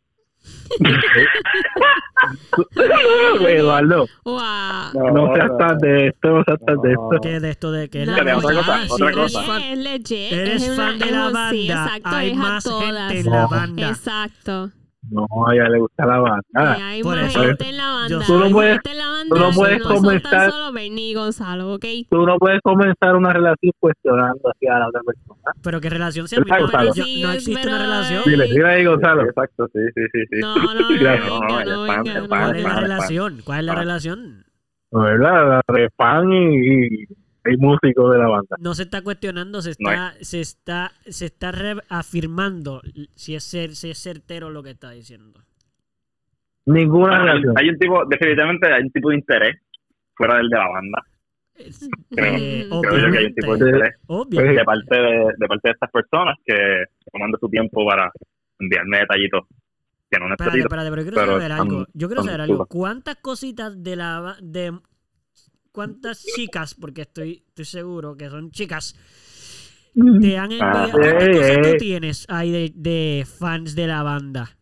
Eduardo, Wow. no seas tan de esto, no seas tan de esto. ¿Qué de esto de que es No, la Espérate, otra música? cosa, Ah, otra si eres cosa. fan, Es legit. eres es fan una- de la es un- banda, sí, exacto, hay es a más todas. gente en la No. banda. Exacto. No, a ella le gusta la banda. Y hay por más eso, gente en la banda. yo Hay soy- más Tú no puedes- gente en la banda. tú no y puedes no son tan comenzar- solo Bernie y Gonzalo, ¿ok? Tú no puedes comenzar una relación cuestionando así a la otra persona. Pero qué relación sea Pero mi Gonzalo. yo- Sí, no es existe verdad. una relación. Dile, dile ahí, Gonzalo. Exacto, sí, sí, sí, sí. No, no, no, Gracias. venga, No, no, ella es fan, venga, es no, fan, ¿Cuál es la fan, venga. relación? ¿Cuál es la fan. relación? ¿Verdad? La de fan y, y hay músicos de la banda. No se está cuestionando, se No está, se está, se está reafirmando si es ser, si es certero lo que está diciendo. Ninguna Hay, relación. hay un tipo, definitivamente hay un tipo de interés fuera del de la banda. Es- Creo- eh, creo Creo yo que hay un tipo de interés obviamente. de parte de, de parte de estas personas que toman de su tiempo para enviarme detallitos que no Espérate, necesito. espérate, pero quiero pero saber son- algo. Yo quiero son saber algo. chulas. ¿Cuántas cositas de la ba- de cuántas chicas, porque estoy, estoy seguro que son chicas, te han enviado? Ah. ¿Cuántas Ey, cosas tú ey. tienes ahí de, de fans de la banda?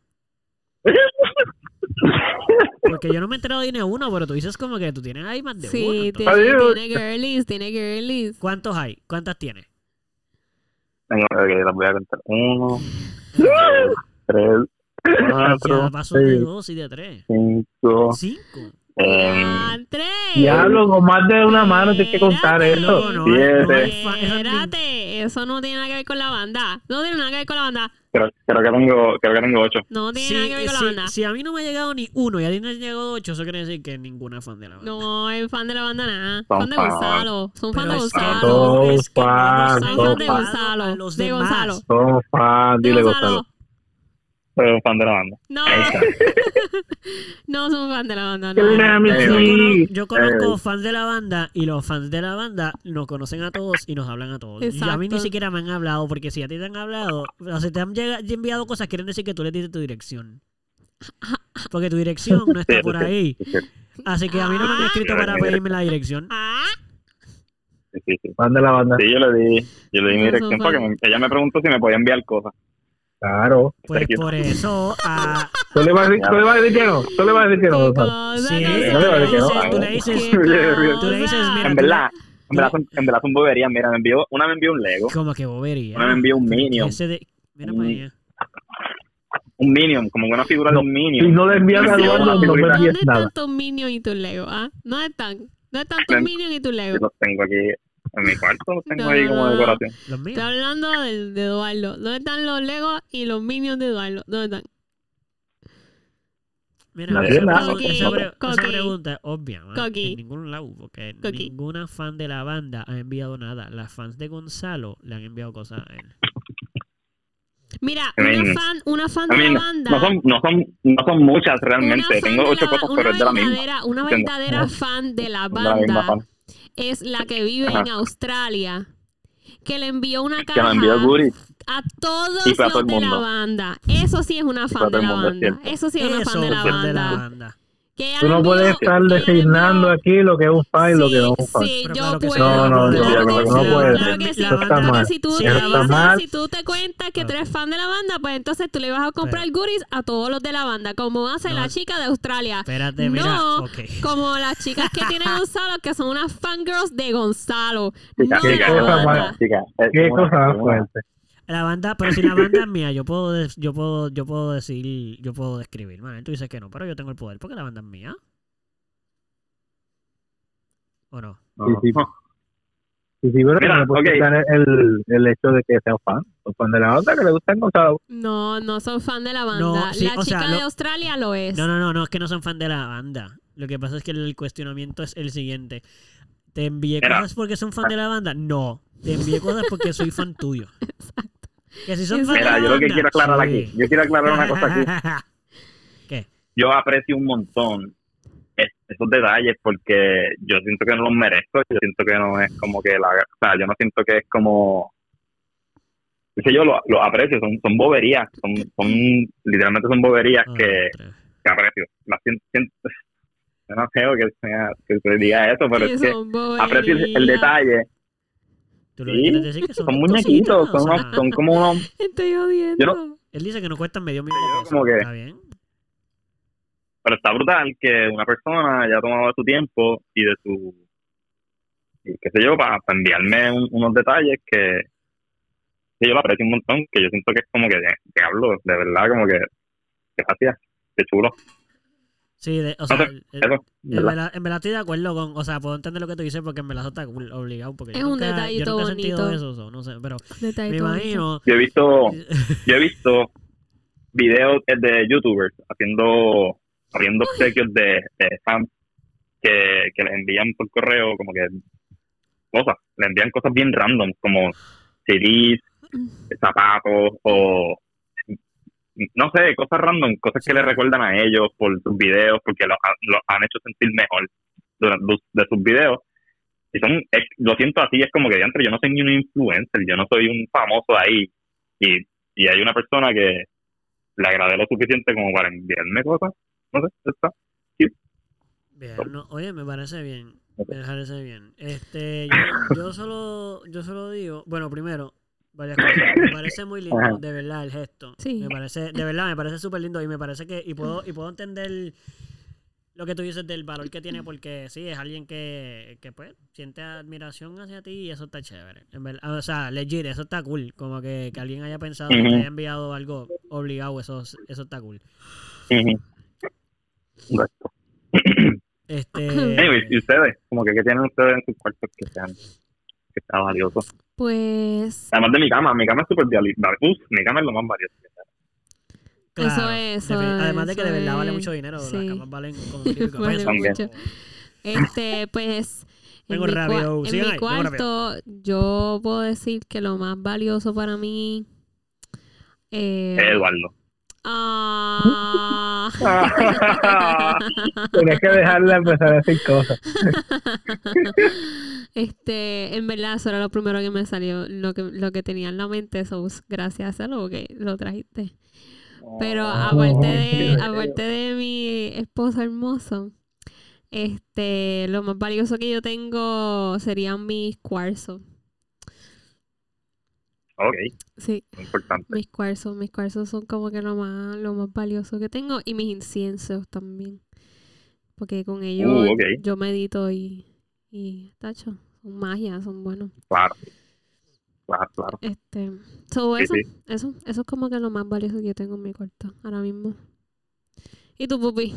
Porque yo no me he enterado de ni uno, pero tú dices como que tú tienes ahí más de uno. Sí, entonces. tiene, Adiós. tiene girlies, tiene girlies. ¿Cuántos hay? ¿Cuántas tienes? Tengo que las voy a contar. Uno, dos, tres, Ya cuatro, paso de seis. dos y de tres. cinco. Cinco. Eh, ¡Tres! Diablo, con más de una mano tienes que contar Espérate. eso. No, no, no hay Siete. fa- esas ni- Espérate, eso no tiene nada que ver con la banda. No tiene nada que ver con la banda. creo, creo que tengo, creo que tengo ocho. No tiene Si, nada que ver con la si- banda. si a mí no me ha llegado ni uno y a ti no te han llegado ocho, eso quiere decir que ninguna es fan de la banda. No es fan de la banda nada. Son Fan de fan. Gonzalo. Son fan Pero de es que Gonzalo. no, Son es que no nos fan, han son llegado de a Gonzalo, los de demás. Gonzalo. Son fan, De dile Gonzalo. Gonzalo. Soy fan de la banda. No. Ahí está. No son fan de la banda. ¿Qué No. le a mi Yo, Eh, sí? cono- yo conozco eh. fans de la banda y los fans de la banda nos conocen a todos y nos hablan a todos. Y a mí ni Exacto. siquiera me han hablado, porque si a ti te han hablado, o si te han llega- enviado cosas, quieren decir que tú les dices tu dirección. Porque tu dirección no está Sí, por sí, ahí. sí, sí, Así que a mí no me han escrito para pedirme la dirección. Ah, sí, sí, sí. Fan de la banda. Sí, yo le di, yo le di mi No, dirección son porque fan. me- ella me preguntó si me podía enviar cosas. Claro. Pues Thank you. por eso, a, ¿Tú le vas a decir, tú le vas a decir que no? ¿Tú le vas a decir que no, qué Gonzalo? cosa, sí, no, tú no, le no, dices, no, tú le no. dices, Qué tú le dices, cosa. mira, En tú le- verdad, en verdad, son, en verdad son boberías. Mira, me envió, una me envió un Lego, como que bobería. una me envió un Pero Minion, ese de- mira Mm. para allá. un Minion, como una figura de un Minion. Si no le envías Me a envió Eduardo, una no me figurita. envíes ¿Dónde nada. están tus minions y tus Lego? ¿Ah? ¿Dónde están? ¿Dónde están tus Ven. minions y tus Yo Lego? los tengo aquí en mi cuarto, los tengo No, ahí no, como no. decoración. Los míos. Estoy hablando del, de Eduardo. ¿Dónde están los Legos y los minions de Eduardo? ¿Dónde están? Mira, No esa, tiene pre- nada. esa pre- esa Coqui. pregunta es obvia, ¿no? Coqui. En ningún lado, porque Coqui. ninguna fan de la banda ha enviado nada. Las fans de Gonzalo le han enviado cosas a él. Mira, I mean, una fan, una fan I de mean, la banda. no son, no son, no son muchas realmente. una fan Tengo de ocho la- cosas, una pero es de la misma. verdadera, una ¿Entiendes? verdadera fan de la De la misma banda fan. es la que vive Ajá. en Australia, que le envió una Que me caja envió goodies. a todos Y fue a los todo el de la mundo. banda. Eso sí es una fue fan a todo de el la mundo, es banda. cierto. Eso sí es una Eso fan de la es fan de la banda. banda. Que ella Tú le no envió- puedes estar que ella le designando envió- aquí lo que es un fan y lo que no es un fan. Sí, Pero yo claro que sí. puedo. No, no, no, claro no, que no sí, puede. claro que sí. Eso está Porque mal. Si tú, Sí, te la está dices- mal. si tú te cuentas que tú Ok. eres fan de la banda, pues entonces tú le vas a comprar Pero- goodies a todos los de la banda, como hace No. la chica de Australia. Espérate, mira. No, Ok. como las chicas que tiene Gonzalo, que son unas fangirls de Gonzalo. Chica, no de chica, la cosa banda. más. chica, es Qué una- cosa más una- fuerte. La banda, pero si la banda es mía, yo puedo, des- yo puedo, yo puedo decir, yo puedo describir. Man, tú dices que no, pero yo tengo el poder porque la banda es mía. ¿O no? No, Sí, sí. no. Sí, sí, pero Mira, no puede ok. quitar el, el hecho de que sea fan. O fan de la banda que le gustan cosas. No, no soy fan de la banda. No, sí, la o chica sea, de lo- Australia lo es. No, no, no, no, es que no son fan de la banda. Lo que pasa es que el cuestionamiento es el siguiente. ¿Te envié Mira. cosas porque son fan de la banda? No. Te envié cosas porque soy fan tuyo. Exacto. Que si son Mira, fan de la Mira, yo lo que banda, quiero aclarar sí. aquí, yo quiero aclarar una cosa aquí. ¿Qué? Yo aprecio un montón es- esos detalles porque yo siento que no los merezco, yo siento que no es como que la, o sea, yo no siento que es como, qué sé yo, lo, lo aprecio, son, son boberías, son, son, literalmente son boberías Ah, que, otra vez. que aprecio. Las siento, siento- yo no sé que, sea- que se diga eso, pero que es que son aprecio el, el boberías. detalle. Tú lo que Sí, quieres decir que son, son cositas, muñequitos, o son, sea, son como unos, Estoy odiando. Yo no- él dice que no cuestan medio millón de Yo pesos. como que- ¿Está bien? pero está brutal que una persona haya tomado de su tiempo y de su, y qué sé yo, para, para enviarme un- unos detalles que, que yo lo aprecio un montón, que yo siento que es como que, diablo, de verdad, como que, qué gracias, qué chulo. Sí, de- o No sea, sé, el- el- eso, en ¿verdad? verdad, en verdad estoy de acuerdo con, o sea, puedo entender lo que tú dices porque en verdad eso está cool, obligado, porque Es yo un nunca, yo detallito nunca he sentido bonito. eso, so, no sé, pero Detallito me bonito. imagino, Yo he visto, yo he visto videos de youtubers haciendo, abriendo obsequios de, de fans que, que les envían por correo como que cosas, le envían cosas bien random como C Ds, zapatos o no sé, cosas random, cosas Sí. que le recuerdan a ellos por sus videos, porque los lo han hecho sentir mejor durante de sus videos. Y son, es, lo siento así, es como que diantre, yo no soy ni un influencer, yo no soy un famoso ahí. Y, y hay una persona que le agradé lo suficiente como para enviarme cosas. No sé, está. bien, no, oye, me parece bien, me parece bien. Este, yo, yo solo, yo solo digo, bueno, primero, varias cosas. Me parece muy lindo, Ajá. de verdad, el gesto. Sí. Me parece, de verdad, me parece súper lindo y me parece que, y puedo, y puedo entender lo que tú dices del valor que tiene porque sí, es alguien que, que pues, siente admiración hacia ti y eso está chévere. En verdad, o sea, legit, eso está cool. Como que, que alguien haya pensado que te Ujú. haya enviado algo obligado, eso, eso está cool. Ujú. Exacto. Este, Anyways, ¿y ustedes? Como que, ¿qué tienen ustedes en sus cuartos que sean que sea valioso? Pues Además de mi cama, mi cama es súper valiosa. Uf, mi cama es lo más valioso. claro, eso es, eso defi- además de que de eso verdad vale es. mucho dinero, Sí. las camas valen como mil y pico Vale pesos. mucho. Este, pues en Vengo mi, rápido, cua- en sigan mi ahí, vengo cuarto yo puedo decir que lo más valioso para mí eh, Eduardo. ah, Tienes que dejarla empezar a decir cosas. este, en verdad eso era lo primero que me salió, lo que lo que tenía en la mente, so, gracias a lo que lo trajiste. Pero aparte de, aparte de mi esposo hermoso, este, lo más valioso que yo tengo serían mis cuarzos. Ok, Sí, muy importante. mis cuarzos, mis cuarzos son como que lo más, lo más valioso que tengo y mis inciensos también. Porque con ellos Uh, ok. yo medito y, y tacho, son magia, son buenos. Claro. Claro, claro. Este, so Sí, eso, sí. eso, eso es como que lo más valioso que yo tengo en mi cuarto ahora mismo. ¿Y tú, pupi?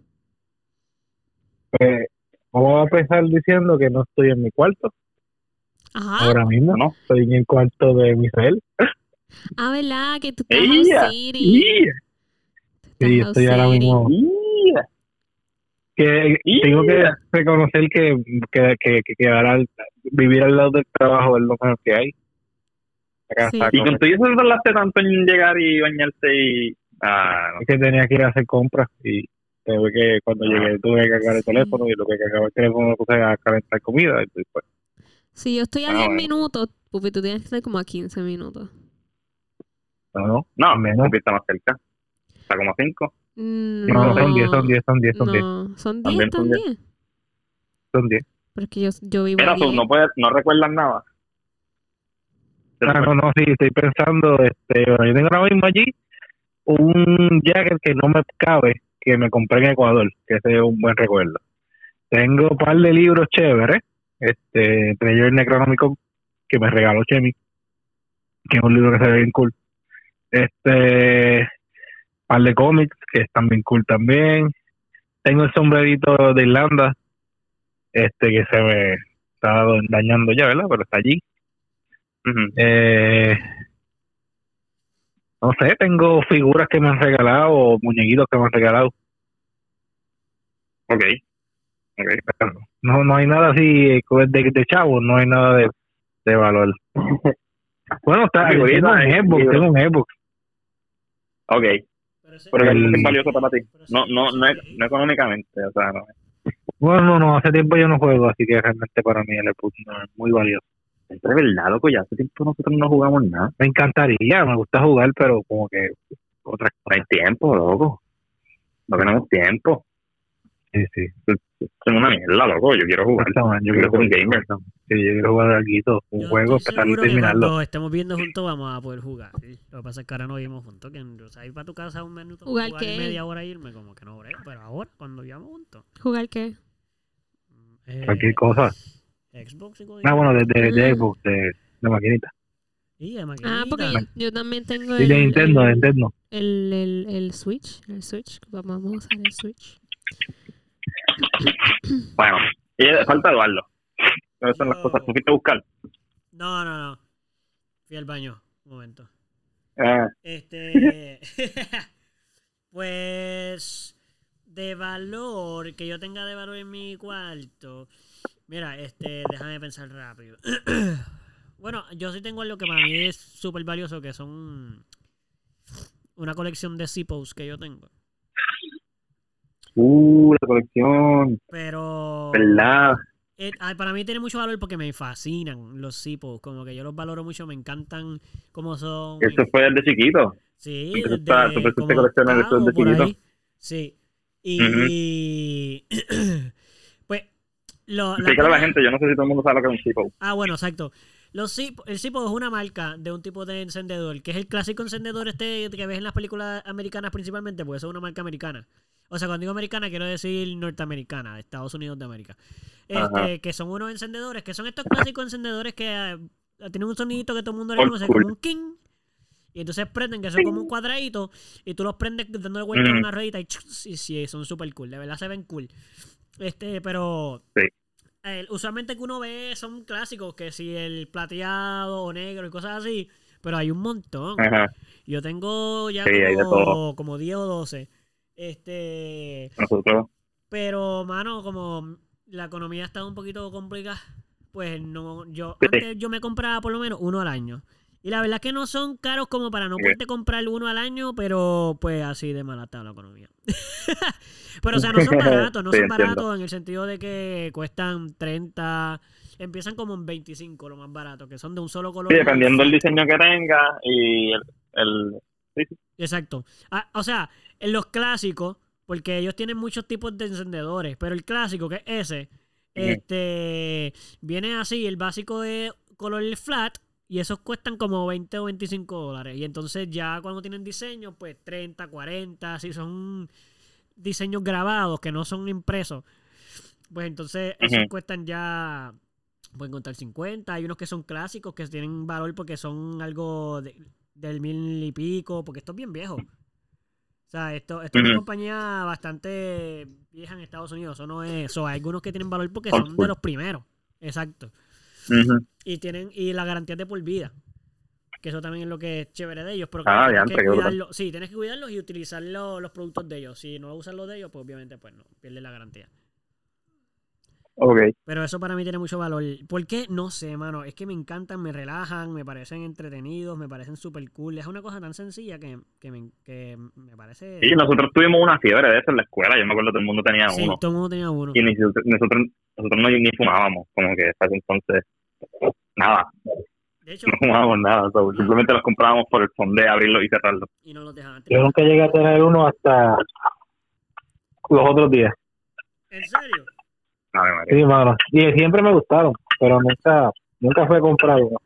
Pues, vamos a empezar diciendo que no estoy en mi cuarto Ajá. ahora mismo. ¿No? Estoy en el cuarto de Misael. Ah, ¿verdad? Que tú estás ¡Ella! House City. ¡Yeah! Estás Sí, House estoy ahora City. mismo. ¡Yeah! Que ¡Yeah! tengo que reconocer que, que, que, que quedar al- vivir al lado del trabajo es lo mejor que hay. Acá Sí. está, Y con como todo eso tardaste tanto en llegar y bañarte y... Ah, no. es que tenía que ir a hacer compras y tuve que, cuando llegué, tuve que cargar el Sí. teléfono y lo que cargaba el teléfono me puse a calentar comida. Y pues, Si yo estoy a Ah, diez bueno. minutos, pupi, tú tienes que estar como a quince minutos. no, no, No, menos. porque está más cerca. Está como a cinco. Mm, No, no, son diez, son diez, son diez, son diez, No, son diez También son diez. también. son diez. Pero es que yo, yo vivo Mira, a tú diez. no puedes, no recuerdas nada. Ah, no, no, sí, estoy pensando, este, bueno, yo tengo ahora mismo allí un jacket que no me cabe, que me compré en Ecuador, que ese es un buen recuerdo. Tengo un par de libros chéveres, este, entre ellos el Necronomicon, que me regaló Chemi, que es un libro que se ve bien cool. Este, par de cómics, que están bien cool también. Tengo el sombrerito de Irlanda, este, que se me, está dañando ya, ¿verdad? Pero está allí. Ujú. Eh, no sé, tengo figuras que me han regalado o muñequitos que me han regalado. Ok. Ok. Pero no, no hay nada así de, de, de chavo, no hay nada de, de valor. Bueno, está, tengo Figuritas, un eh, Xbox, libros. tengo un Xbox. Ok. Pero ese- Pero El- eso es valioso para ti. pero ese No, no, Xbox no, es es- viejito. no económicamente, o sea, no. Bueno, no, no, hace tiempo yo no juego, así que realmente para mí el Xbox no es muy valioso. Es de verdad, loco, ya hace tiempo nosotros no jugamos nada. Me encantaría, me gusta jugar, pero como que otras No hay tiempo, loco. No tenemos tiempo. sí, sí. Es una mierda, loco. Yo quiero jugar. Exactamente, Yo yo quiero quiero ser un jugar. gamer. Sí, yo quiero jugar algo, un Yo juego, estoy empezar y seguro que terminarlo. cuando estemos viendo juntos vamos a poder jugar. ¿sí? Lo que pasa es que ahora no vivimos juntos. Que o sea, ir para tu casa un minuto, ¿Jugar jugar qué? media hora e irme, como que no brego. Pero ahora, cuando vivamos juntos. ¿Jugar qué? eh, Cualquier cosa. Xbox y Ah, bueno, de, de, de Mm. Xbox, de, de maquinita. Y de maquinita. Ah, porque yo, yo también tengo Y el, de Nintendo, de el, Nintendo. el, el, el Switch. El Switch. Vamos a usar el Switch. Bueno, y falta Eduardo. Esas son las Yo- cosas. ¿Tú fuiste a buscar? No, no, no. Fui al baño. Un momento. Ah, Este. Pues. De valor, que yo tenga de valor en mi cuarto. Mira, este, déjame pensar rápido. Bueno, yo sí tengo algo que para mí es súper valioso, que son una colección de C-Pose que yo tengo. uh, la colección. Pero ¿Verdad? eh, ay, para mí tiene mucho valor porque me fascinan los C-Pose. Como que yo los valoro mucho, me encantan cómo son. me- Eso fue desde chiquito. Sí, Tú empezaste a- tú desde empezaste a como coleccionar eso octavo, desde por chiquito. ahí. Sí. Y pues lo, la Explícale a la pena- gente, yo no sé si todo el mundo sabe lo que es un tipo. Ah, bueno, exacto. Los Zip- el Zippo es una marca de un tipo de encendedor, que es el clásico encendedor este que ves en las películas americanas principalmente, porque eso es una marca americana. O sea, cuando digo americana quiero decir norteamericana, Estados Unidos de América. Este, Ajá. que son unos encendedores, que son estos clásicos encendedores que eh, tienen un sonidito que todo el mundo le Old conoce, school. como un king. Y entonces prenden, que son como un cuadradito, y tú los prendes dándole vuelta a Ujú. una ruedita y chus, y sí, son súper cool, de verdad se ven cool. Este, pero Sí. eh, usualmente que uno ve son clásicos, que si el plateado o negro y cosas así, pero hay un montón. Ajá. Yo tengo ya Sí, hay de como, todo. como diez o doce. Este, Nosotros. pero mano, como la economía está un poquito complicada, pues no, yo Sí. antes yo me compraba por lo menos uno al año. Y la verdad es que no son caros como para no Ok. poderte comprar uno al año, pero pues así de mala está la economía. Pero o sea, no son baratos, no Sí, son entiendo. baratos en el sentido de que cuestan treinta, empiezan como en veinticinco lo más barato, que son de un solo color. Sí, dependiendo del flat. diseño que tenga y el... el sí, sí. Exacto. Ah, o sea, en los clásicos, porque ellos tienen muchos tipos de encendedores, pero el clásico, que es ese, este viene así, el básico es color flat, y esos cuestan como veinte o veinticinco dólares. Y entonces ya cuando tienen diseño, pues treinta, cuarenta, así son diseños grabados que no son impresos. Pues entonces esos Ujú. cuestan ya, pueden contar cincuenta. Hay unos que son clásicos que tienen valor porque son algo de- del mil y pico, porque esto es bien viejo. O sea, esto, esto es una Ujú. compañía bastante vieja en Estados Unidos. Eso no es. Eso, hay algunos que tienen valor porque Old son de school. los primeros. Exacto. Ujú. Y tienen, y la garantía es de por vida. Que eso también es lo que es chévere de ellos. Pero Ah, claro, tienes diantre, que qué brutal. cuidarlos. Sí, tienes que cuidarlos y utilizar lo- los productos de ellos. Si no usan los de ellos, pues obviamente pues no, pierdes la garantía. Ok. Pero eso para mí tiene mucho valor. ¿Por qué? No sé, mano. Es que me encantan, me relajan, me parecen entretenidos, me parecen súper cool. Es una cosa tan sencilla que, que, me, que me parece... Sí, nosotros tuvimos una fiebre de eso en la escuela. Yo me acuerdo que todo el mundo tenía Sí, uno. todo el mundo tenía uno. Y ni, nosotros, nosotros no, ni fumábamos. Como que hasta ese entonces, nada. De hecho, No fumábamos nada. So, simplemente los comprábamos por el fondo de abrirlo y cerrarlo. y no los dejaban. Yo nunca llegué a tener uno hasta los otros días. ¿En serio? A ver, María. Sí, mano. Y siempre me gustaron, pero nunca nunca fue comprado uno.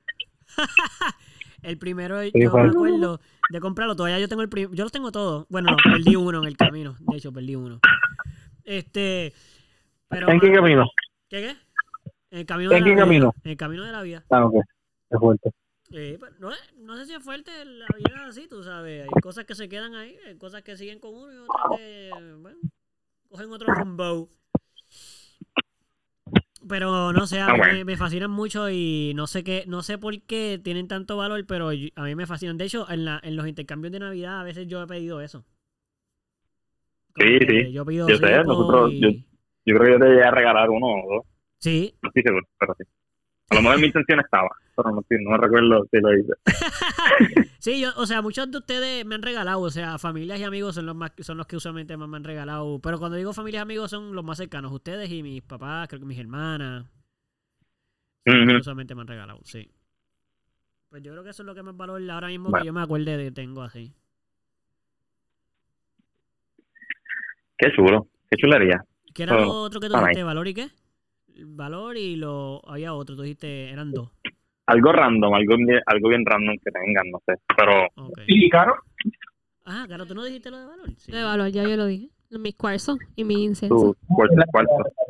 El primero, Sí, yo fue- me acuerdo de comprarlo. Todavía yo tengo el primero. Yo los tengo todos. Bueno, no, perdí uno en el camino. De hecho, perdí uno. Este. Pero, ¿En qué mano, camino? ¿Qué qué? En el camino de ¿En la qué vida. camino? En el camino de la vida. Ah, ok. Es fuerte. Eh, pero no, es- no sé si es fuerte la vida es así, tú sabes. Hay cosas que se quedan ahí, hay cosas que siguen con uno y otras que, bueno, cogen otro rumbo. Pero no sé, a Ah, mí bueno. me, me fascinan mucho y no sé qué, no sé por qué tienen tanto valor, pero yo- a mí me fascinan. De hecho, en, la, en los intercambios de Navidad a veces yo he pedido eso. Como Sí, que sí. Yo pido Yo sé, Ripple nosotros, yo, y... yo creo que yo te llegué a regalar uno o dos. Sí. No estoy seguro, pero sí. A lo mejor mi intención estaba, pero no, estoy- no me recuerdo si lo hice. Sí, yo, o sea, muchos de ustedes me han regalado, o sea, familias y amigos son los más, son los que usualmente más me han regalado. Pero cuando digo familias y amigos son los más cercanos, ustedes y mis papás, creo que mis hermanas. Son los que Ujú. usualmente me han regalado, sí. Pues yo creo que eso es lo que más valor ahora mismo Bueno. que yo me acuerde de tengo así. Qué chulo, qué chulería. ¿Qué era lo Oh, otro que tú está dijiste? nice. ¿Valor y qué? Valor y lo... Había otro, tú dijiste, eran dos. Algo random, algo, bien- algo bien random que tengan, no sé. Pero Ok. ¿Y Caro? Ah, claro, ¿tú no dijiste lo de valor? Sí. De valor, ya yo lo dije. Mis cuarzos y mi incienso. tu cuarto. cuarto.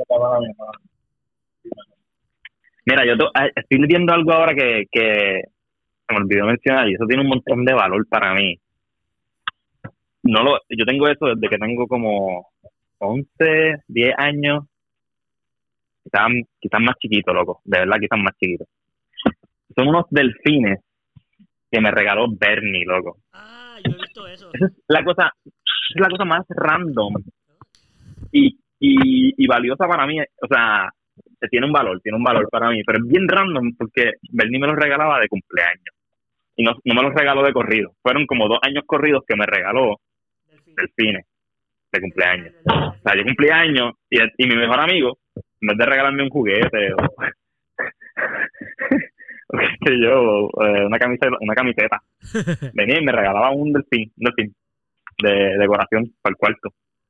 Mira, yo to- ah, estoy leyendo algo ahora que, que se me olvidó mencionar y eso tiene un montón de valor para mí. No lo, yo tengo eso desde que tengo como once, diez años, quizás, quizás más chiquito, loco, de verdad quizás más chiquito. Son unos delfines que me regaló Bernie, loco. Ah, yo he visto eso. Esa es la cosa, es la cosa más random y, y, y valiosa para mí. O sea, tiene un valor, tiene un valor para mí, pero es bien random porque Bernie me los regalaba de cumpleaños y no, no me los regaló de corrido. Fueron como dos años corridos que me regaló delfines de cumpleaños. O sea, yo cumplí años y, y mi mejor amigo, en vez de regalarme un juguete o, o qué sé yo, eh, una camiseta, una camiseta, venía y me regalaba un delfín, un delfín de decoración para el cuarto.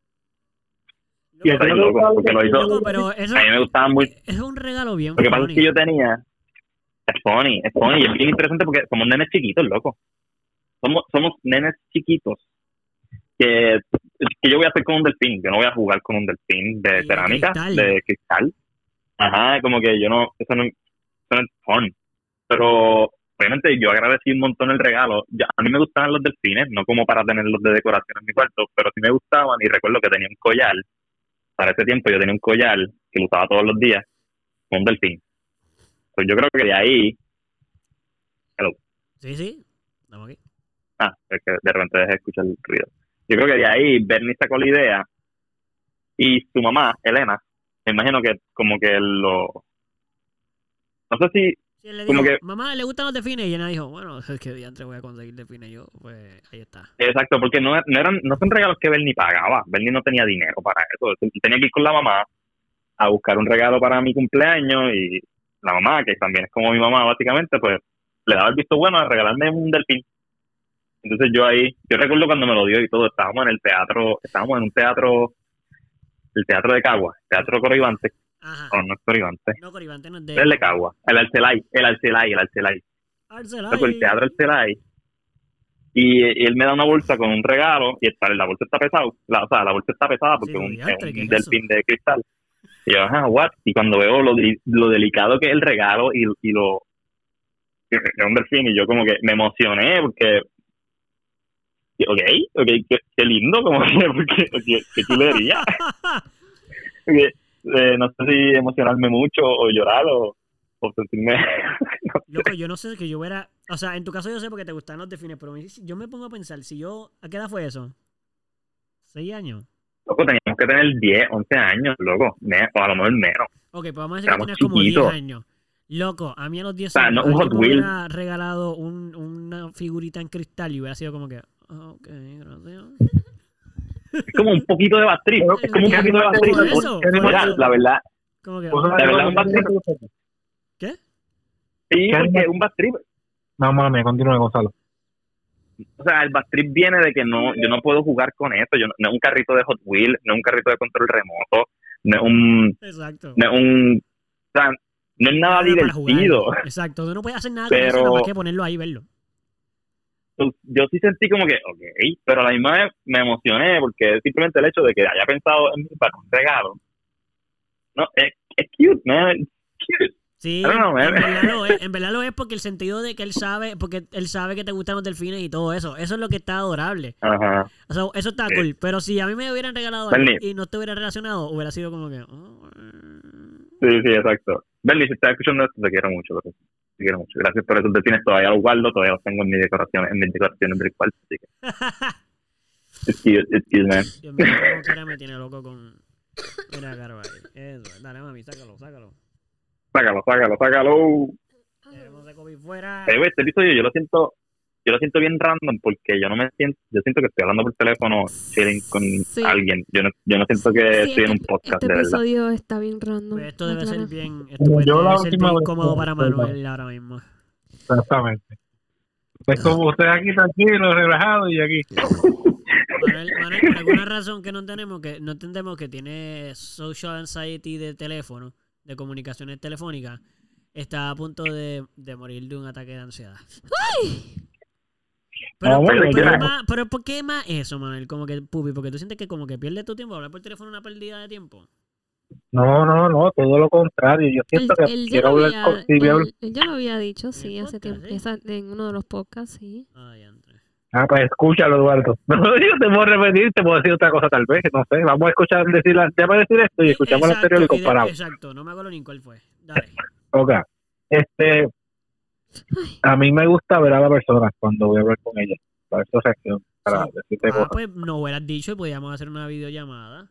Y a Está ti no bien te loco, gusta porque lo hizo. Loco, pero eso A mí me gustaba muy. es un regalo bien Lo que pasa es funny. que yo tenía. Es funny, es funny, y es bien interesante porque somos nenes chiquitos, loco. Somos, somos nenes chiquitos. Que, que yo voy a hacer con un delfín. Yo no voy a jugar con un delfín de De cerámica, cristal. de cristal. Ajá, como que yo no. Eso no, eso no es fun. Pero obviamente yo agradecí un montón el regalo. Ya, a mí me gustaban los delfines, no como para tenerlos de decoración en mi cuarto, pero sí me gustaban y recuerdo que tenía un collar. Para ese tiempo yo tenía un collar que lo usaba todos los días con un delfín. Pues yo creo que de ahí... Hello. Sí, sí. Estamos aquí. Ah, es que de repente dejé de escuchar el ruido. Yo creo que de ahí Bernie sacó la idea y su mamá, Elena, me imagino que como que lo... No sé si... Sí, él le Como dijo, que- mamá, ¿le gustan los delfines? Y ella dijo, bueno, es que diantre voy a conseguir delfines yo. Pues ahí está. Exacto, porque no, no eran no son regalos que Bernie pagaba. Bernie no tenía dinero para eso. Él tenía que ir con la mamá a buscar un regalo para mi cumpleaños y la mamá, que también es como mi mamá básicamente, pues le daba el visto bueno a regalarme un delfín. Entonces yo ahí, yo recuerdo cuando me lo dio y todo, estábamos en el teatro, estábamos en un teatro, el teatro de Cagua, teatro Coribante, Ajá. no, no es Coribante, No, Coribante no es de... es el de Cagua, el Arcelay, el Arcelay, el Arcelay. Arcelay. Fue el teatro Arcelay y, y él me da una bolsa con un regalo y está, la bolsa está pesada, la, o sea, la bolsa está pesada porque Sí, es un, diantre, es ¿qué un es delfín de cristal. Y yo, ajá, what? Y cuando veo lo, de- lo delicado que es el regalo y, y lo que es un delfín y yo como que me emocioné porque ok, ok, qué, qué lindo, como que, porque, qué, qué chulería. Porque, eh, no sé si emocionarme mucho o llorar o, o sentirme... no sé. Loco, yo no sé que yo hubiera... O sea, en tu caso yo sé porque te gustan los delfines, pero me- yo me pongo a pensar, si yo... ¿A qué edad fue eso? ¿Seis años? Loco, teníamos que tener diez, once años, loco, me- o a lo mejor menos. Ok, pues vamos a decir que Éramos tenías como diez chiquitos. años. Loco, a mí a los diez O sea, años no, un alguien Hot me Wheel. hubiera regalado un, una figurita en cristal y hubiera sido como que... ah, ok, gracias. Es como un poquito de Bastrip, es como un ¿Qué poquito de animal te Bastrip. gusta eso? ¿Qué animal Mira, te gusta? la verdad, Como que... ¿Vos ah, sabés de lo verdad, que un Bastrip. te gusta? ¿Qué? Sí, ¿Qué porque animal? un Bastrip, No, mami, continúe, Gonzalo. o sea, el Bastrip viene de que no, yo no puedo jugar con eso, yo no, no es un carrito de Hot Wheels, no es un carrito de control remoto, no es un, Exacto. no es un, o sea, no es nada para divertido. jugar. Exacto, tú no puedes hacer nada con eso, Pero- nada más que ponerlo ahí y verlo. Pues, yo sí sentí como que, ok, pero a la misma vez me emocioné porque simplemente el hecho de que haya pensado en mí para un regalo, no, es, es cute, man, it's cute. Sí, I don't know, en man. verdad lo es, en verdad lo es porque el sentido de que él sabe, porque él sabe que te gustan los delfines y todo eso, eso es lo que está adorable. Ajá. O sea, eso está Sí. cool, pero si a mí me hubieran regalado algo Bernie. y no estuviera relacionado, hubiera sido como que... oh, eh. Sí, sí, exacto. Bernie, si estás escuchando esto, te quiero mucho, pero te quiero mucho. Gracias por eso. Te tienes todavía los guardo, todavía los tengo en mi decoración, en mis decoraciones virtuales, así que. It's cute, it's cute, man. Dios mío, como quiera me tiene loco con... Mira, Carvajal. Eso, dale, mami, sácalo, sácalo. Sácalo, sácalo, sácalo. Queremos de COVID fuera. Eh, güey, este episodio yo lo siento, yo lo siento bien random porque yo no me siento, yo siento que estoy hablando por teléfono, chilling con Sí. alguien. Yo no, yo no siento que Sí, estoy en un este, podcast, este de verdad. episodio está bien random. Pues esto debe ser aclaro. bien... Esto puede- Yo la debe ser última bien vez cómodo que- para Manuel ahora mismo. Exactamente. Es como usted aquí tranquilo, relajado y aquí. Manuel, Manuel, por alguna razón que no tenemos, que no entendemos que tiene social anxiety de teléfono, de comunicaciones telefónicas, está a punto de, de morir de un ataque de ansiedad. Pero, Ah, bueno, pero, pero, ya. más- pero ¿por qué más eso, Manuel? Como que, pupi, porque tú sientes que como que pierdes tu tiempo, hablar por teléfono es una pérdida de tiempo. No, no, no, todo lo contrario. Yo Él, siento que él ya quiero lo hablar había, con... si voy a hablar- él- él ya lo había dicho, sí, el hace podcast, tiempo. ¿sí? Esa- en uno de los podcasts, sí. Ay, André. Ah, pues escúchalo, Eduardo. No, yo te puedo repetir, te puedo decir otra cosa tal vez, no sé. Vamos a escuchar, decir, la- déjame decir esto y escuchamos lo Exacto, anterior y y de- comparamos. exacto, no me acuerdo ni cuál fue. Dale. Ok. Este, a mí me gusta ver a la persona cuando voy a hablar con ella, para ver su reacción, para Sí. decirte Ah, cosas. pues no hubieras dicho y podíamos hacer una videollamada.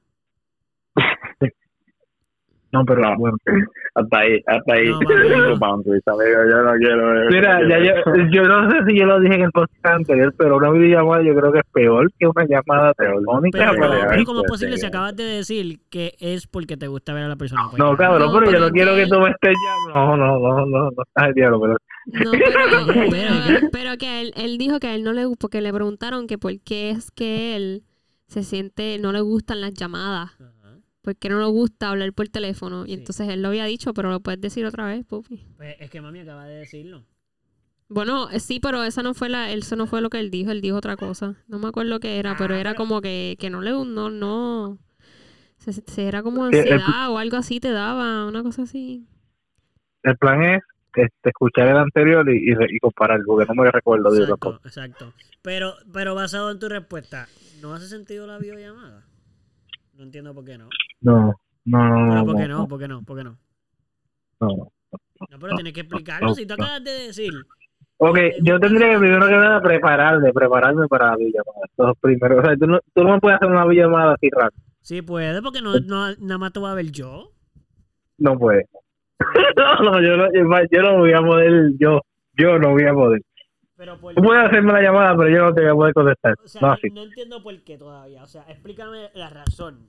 No, pero No. bueno. Hasta ahí, hasta ahí. No, papi, no. Los boundaries, amigo, yo no quiero. Mira, yo ya no yo, quiero. yo no sé si yo lo dije en el podcast anterior, pero una videollamada yo creo que es peor que una llamada telefónica. Pero, Sí, no, sí, pero sí, ¿cómo es sí, posible sí. si acabas de decir que es porque te gusta ver a la persona? Pues No, ya. cabrón, No, pero yo pero no es quiero que que él- tú me estés llamando. No, no, no, no, no, estás el diablo, pero... No, pero, ¿Qué? pero, pero que él, él dijo que a él no le gusta, porque le preguntaron que por qué es que él se siente, no le gustan las llamadas, Ajá. porque no le gusta hablar por teléfono. Y Sí. entonces él lo había dicho, pero lo puedes decir otra vez, Pupi. Pues es que mami acaba de decirlo. Bueno, eh, sí, pero esa no fue la, eso no fue lo que él dijo, él dijo otra cosa. No me acuerdo qué era, pero Ah, era pero- como que, que no le, no, no, se, se- era como Sí, el- ansiedad o algo así te daba, una cosa así. El plan es este, escuchar el anterior y, y, re- y comparar, porque no me recuerdo de Exacto, tampoco. exacto. Pero, pero basado en tu respuesta, ¿no hace sentido la videollamada? No entiendo por qué no. No, no, no, Pero no. ¿por qué no, no? ¿Por qué no? ¿Por qué no? no, no. No, pero tienes que explicarlo. Si tú acabas de decir. Ok, yo tendría que primero que nada prepararme, prepararme para la videollamada. Los primeros, o sea, tú no, tú no me puedes hacer una videollamada así rápido. Sí puede, porque no, no, nada más te va a ver yo. No puede. no, no, yo no, yo no voy a poder, yo, yo no voy a poder. Pero por Tú puedes hacerme la llamada, pero yo no te voy a poder contestar. O sea, No no, así. no entiendo por qué todavía. O sea, explícame la razón.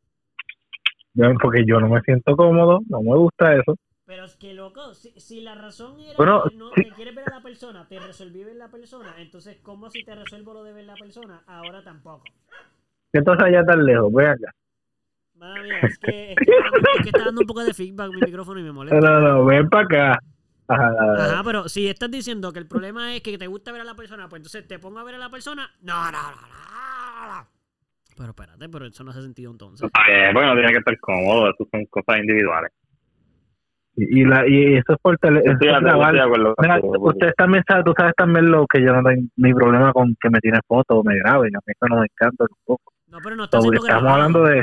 Yo, porque yo no me siento cómodo, no me gusta eso. Pero es que, loco, si, si la razón era Bueno, que no sí. que quieres ver a la persona, te resolví ver la persona, entonces, ¿cómo si te resuelvo lo de ver la persona? Ahora tampoco. Entonces allá tan lejos, ven acá. Madre mía, es que, es que, está dando, es que está dando un poco de feedback mi micrófono y me molesta. No, no, ven para acá. Ajá, Ajá, pero si estás diciendo que el problema es que te gusta ver a la persona, pues entonces te pongo a ver a la persona. No, no, no, no. no. Pero espérate, pero eso no hace sentido entonces. Está bien, porque no tiene que estar cómodo, eso son cosas individuales. Y, y, la, y eso es por teléfono. Estoy de acuerdo, estoy de acuerdo Mira, contigo, ustedes también saben, tú sabes también lo que yo no tengo mi problema con que me tiren fotos o me graben. A mí eso no me encanta tampoco. No, pero no está Porque haciendo estamos grabado. hablando de...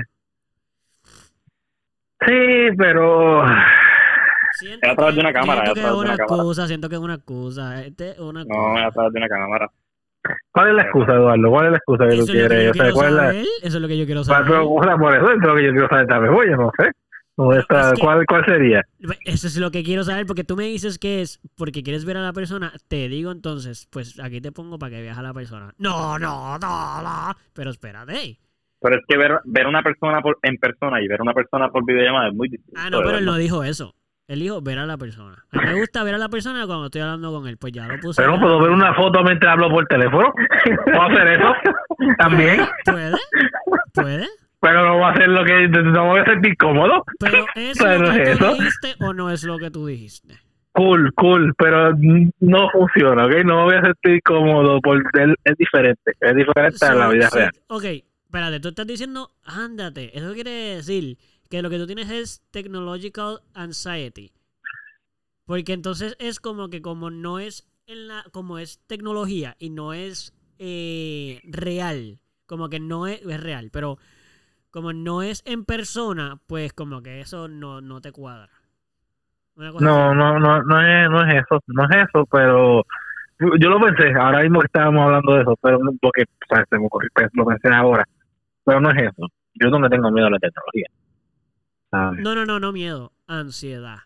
Sí, pero... Siento Es a través que- de una cámara, siento es a que través es de una una cámara. excusa, siento que es una excusa. Este es una No, excusa. es a través de una cámara. ¿Cuál es la excusa, Eduardo? ¿Cuál es la excusa que Eso tú es lo que quieres? yo O sea, quiero ¿cuál es la- saber. Eso es lo que yo quiero Pa- saber. pero, o sea, por eso es lo que yo quiero saber también. Oye, no sé. No, Pero esta- es que- ¿cuál, ¿Cuál sería? Eso es lo que quiero saber, porque tú me dices que es porque quieres ver a la persona. Te digo entonces, pues aquí te pongo para que veas a la persona. No, no, no, no. Pero espérate. Pero es que ver, ver una persona por, en persona y ver una persona por videollamada es muy distinto. Ah, no, pero él ¿verdad? no dijo eso. Él dijo ver a la persona. A mí me gusta ver a la persona cuando estoy hablando con él. Pues ya lo puse. Pero no puedo ver una foto mientras hablo por teléfono. ¿Puedo hacer eso? También. ¿Puede? ¿Puede? Pero no voy a hacer lo que... No me voy a sentir cómodo. Pero ¿es Pero lo que es tú eso. dijiste o no es lo que tú dijiste? Cool, cool, pero no funciona, ¿ok? No me voy a sentir cómodo porque es, es diferente. Es diferente a la So, vida sí, real. Ok, espérate, tú estás diciendo, ándate. Eso quiere decir que lo que tú tienes es technological anxiety. Porque entonces es como que como no es en la, como es tecnología y no es eh, real, como que no es, es real, pero como no es en persona, pues como que eso no, no te cuadra. Una cosa No, así. no, no, no es, no es eso, no es eso, pero yo, yo lo pensé, ahora mismo que estábamos hablando de eso, pero no- porque o sea, se me ocurrió, pues, lo pensé ahora, pero no es eso. Yo no le tengo miedo a la tecnología, ¿sabes? No, no, no, no miedo, ansiedad.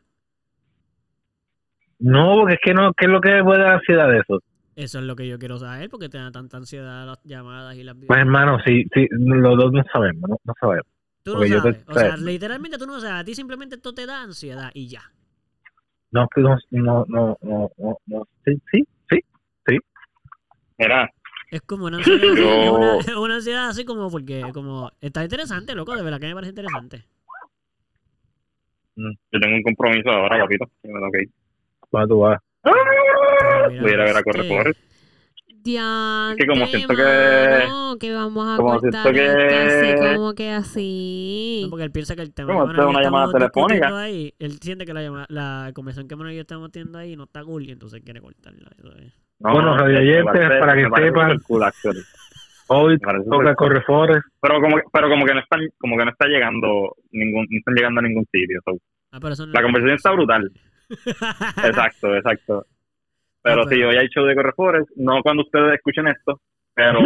No, porque es que no, ¿qué es lo que puede dar ansiedad de eso? Eso es lo que yo quiero saber, porque te da tanta ansiedad las llamadas y las Pues videos. hermano, sí, sí, los dos no sabemos, no, no sabemos. Tú no porque yo te- sabes, o sea, o sea, literalmente tú no sabes, a ti simplemente esto te da ansiedad y ya. No, que no, no, no, no, no, no, sí, sí, sí, sí. Mira, Es como una ansiedad, así, Yo- es una, es una ansiedad así como porque, como, está interesante, loco, de verdad que me parece interesante. yo tengo un compromiso ahora, papito. Y me tengo que ir. Va, tú vas. Pero mira, Voy a ir a ver a este, Correforest. Diantre, Es que como siento que- mano, que vamos a como cortar siento que- esto así como que así. No, porque él piensa que el tema Bueno, que esto es Manuel y yo una llamada estamos discutiendo telefónica. ahí, él siente que la, llama- la conversación que Manuel y yo estamos teniendo ahí no está cool y entonces quiere cortarla. Eso es. No, Bueno, me radioyentes, parece- para que me parece sepan. súper cool, actually. Hoy Me parece toca súper cool. Correforest. Pero como, pero como que no están, como que no está llegando ningún, no están llegando a ningún sitio. so. Ah, pero eso no La es- conversación está brutal. Exacto, exacto. Pero No, sí, pero- hoy hay show de Correforest, no cuando ustedes escuchen esto, pero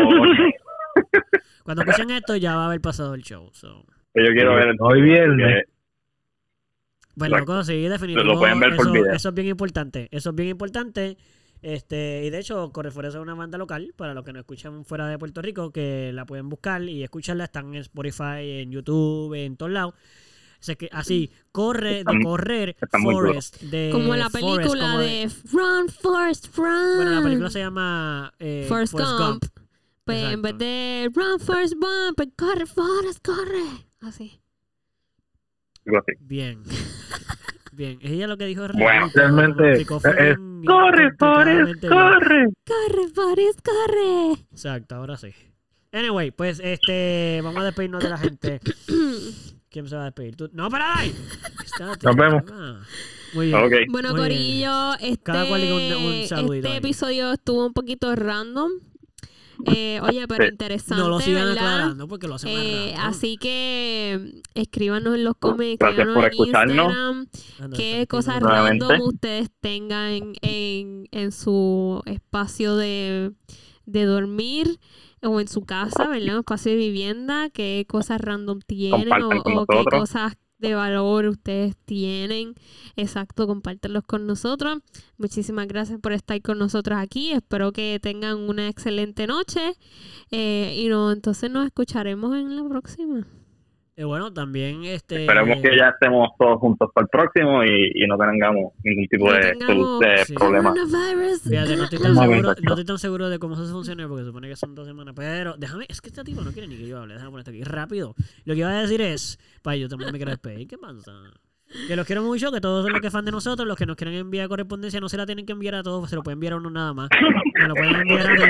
Cuando escuchen esto ya va a haber pasado el show. So. yo quiero ver el Hoy viernes. que- Pues Exacto. loco, sí, definitivo. Lo pueden ver por eso, video. eso es bien importante. Eso es bien importante. Este, y de hecho, Correforest es una banda local, para los que nos escuchan fuera de Puerto Rico, que la pueden buscar y escucharla. Están en Spotify, en YouTube, en todos lados. Así, que, así corre de Están- correr, están muy duros. Forest. De Como la Forest, película como de Run, Forrest, Run. Bueno, la película se llama eh, Forrest Forrest Gump. Gump. Pues en Exacto. vez de Run, Forrest, Run, pues corre, Forrest, corre. Así. algo así. Bien. Bien. Ella lo que dijo es Bueno, real, pero como realmente, explicó fue eh, bien- bien Corre, complicadamente Forest, bien. corre. Corre, Forrest, corre. Exacto, ahora sí. Anyway, pues este, vamos a despedirnos de la gente. ¿Quién se va a despedir? ¿Tú? ¡No, para ahí! Estate, Nos vemos. ah. Muy bien. Ok. Bueno, Muy bien. Corillo, este, Cada cual diga un- un saludito este ahí. episodio estuvo un poquito random. Eh, oye, pero Sí. interesante, No lo sigan ¿verdad? aclarando porque lo hacen más Eh, raro, ¿no? así que escríbanos en los comments, Gracias escríbanos por en escucharnos. Instagram Anda, qué está cosas activo. Nuevamente. random ustedes tengan en, en, en su espacio de, de dormir o en su casa, ¿verdad? Espacio de vivienda, qué cosas random tienen Compartan o, con o qué nosotros. cosas de valor ustedes tienen. Exacto, compártanlos con nosotros. Muchísimas gracias por estar con nosotros aquí. Espero que tengan una excelente noche. Eh, y no, entonces nos escucharemos en la próxima. Eh, bueno, también este. Esperemos que ya estemos todos juntos para el próximo y, y no tengamos ningún tipo No de, tengamos- de Sí. problema. Coronavirus. Fíjate, no estoy tan Vamos a ver, seguro, exacto. no estoy tan seguro de cómo eso funciona porque supone que son dos semanas. Pero déjame, es que este tipo no quiere ni que yo hable. Déjame poner esto aquí rápido. Lo que iba a decir es, para yo también me quiero despedir. ¿Qué pasa? Que los quiero mucho, que todos los que fan de nosotros, los que nos quieren enviar correspondencia, no se la tienen que enviar a todos, se lo pueden enviar a uno nada más. Me lo pueden enviar a mí.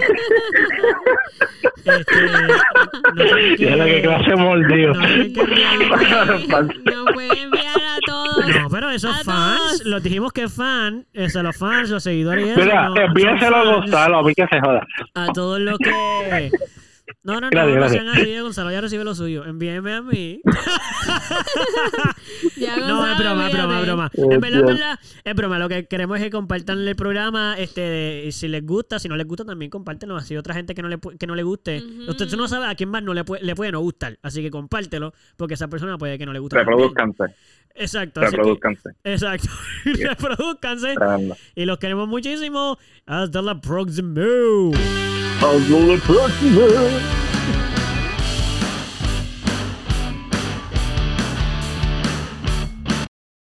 Este, no tienen que, Mira qué clase mordido. no tienen que enviarlo. No pueden enviar a todos. No, pero esos A fans, todos. los dijimos que fan, eso, los fans, los seguidores y eso, Mira, no, envíaselo a son fans. Gonzalo, a mí que se joda. A todos los que... No, no, no, Gracias, no gracias. sean así, Gonzalo ya recibe lo suyo. Envíenme a mí. Ya, No, Gonzalo, es broma, es broma, es olvídate. broma. En verdad, en verdad, es broma. Lo que queremos es que compartan el programa. Este, y si les gusta, si no les gusta, también compártelo. Así otra gente que no le, pu- que no le guste. Ujú. Usted tú no sabe a quién más no le, puede, le puede no gustar. Así que compártelo, porque esa persona puede que no le guste. también. Reproduzcanse, Exacto. Así que, reproduzcanse. exacto. Reproduzcanse. Tremendo. Y los queremos muchísimo. Hasta la próxima. Hasta la próxima.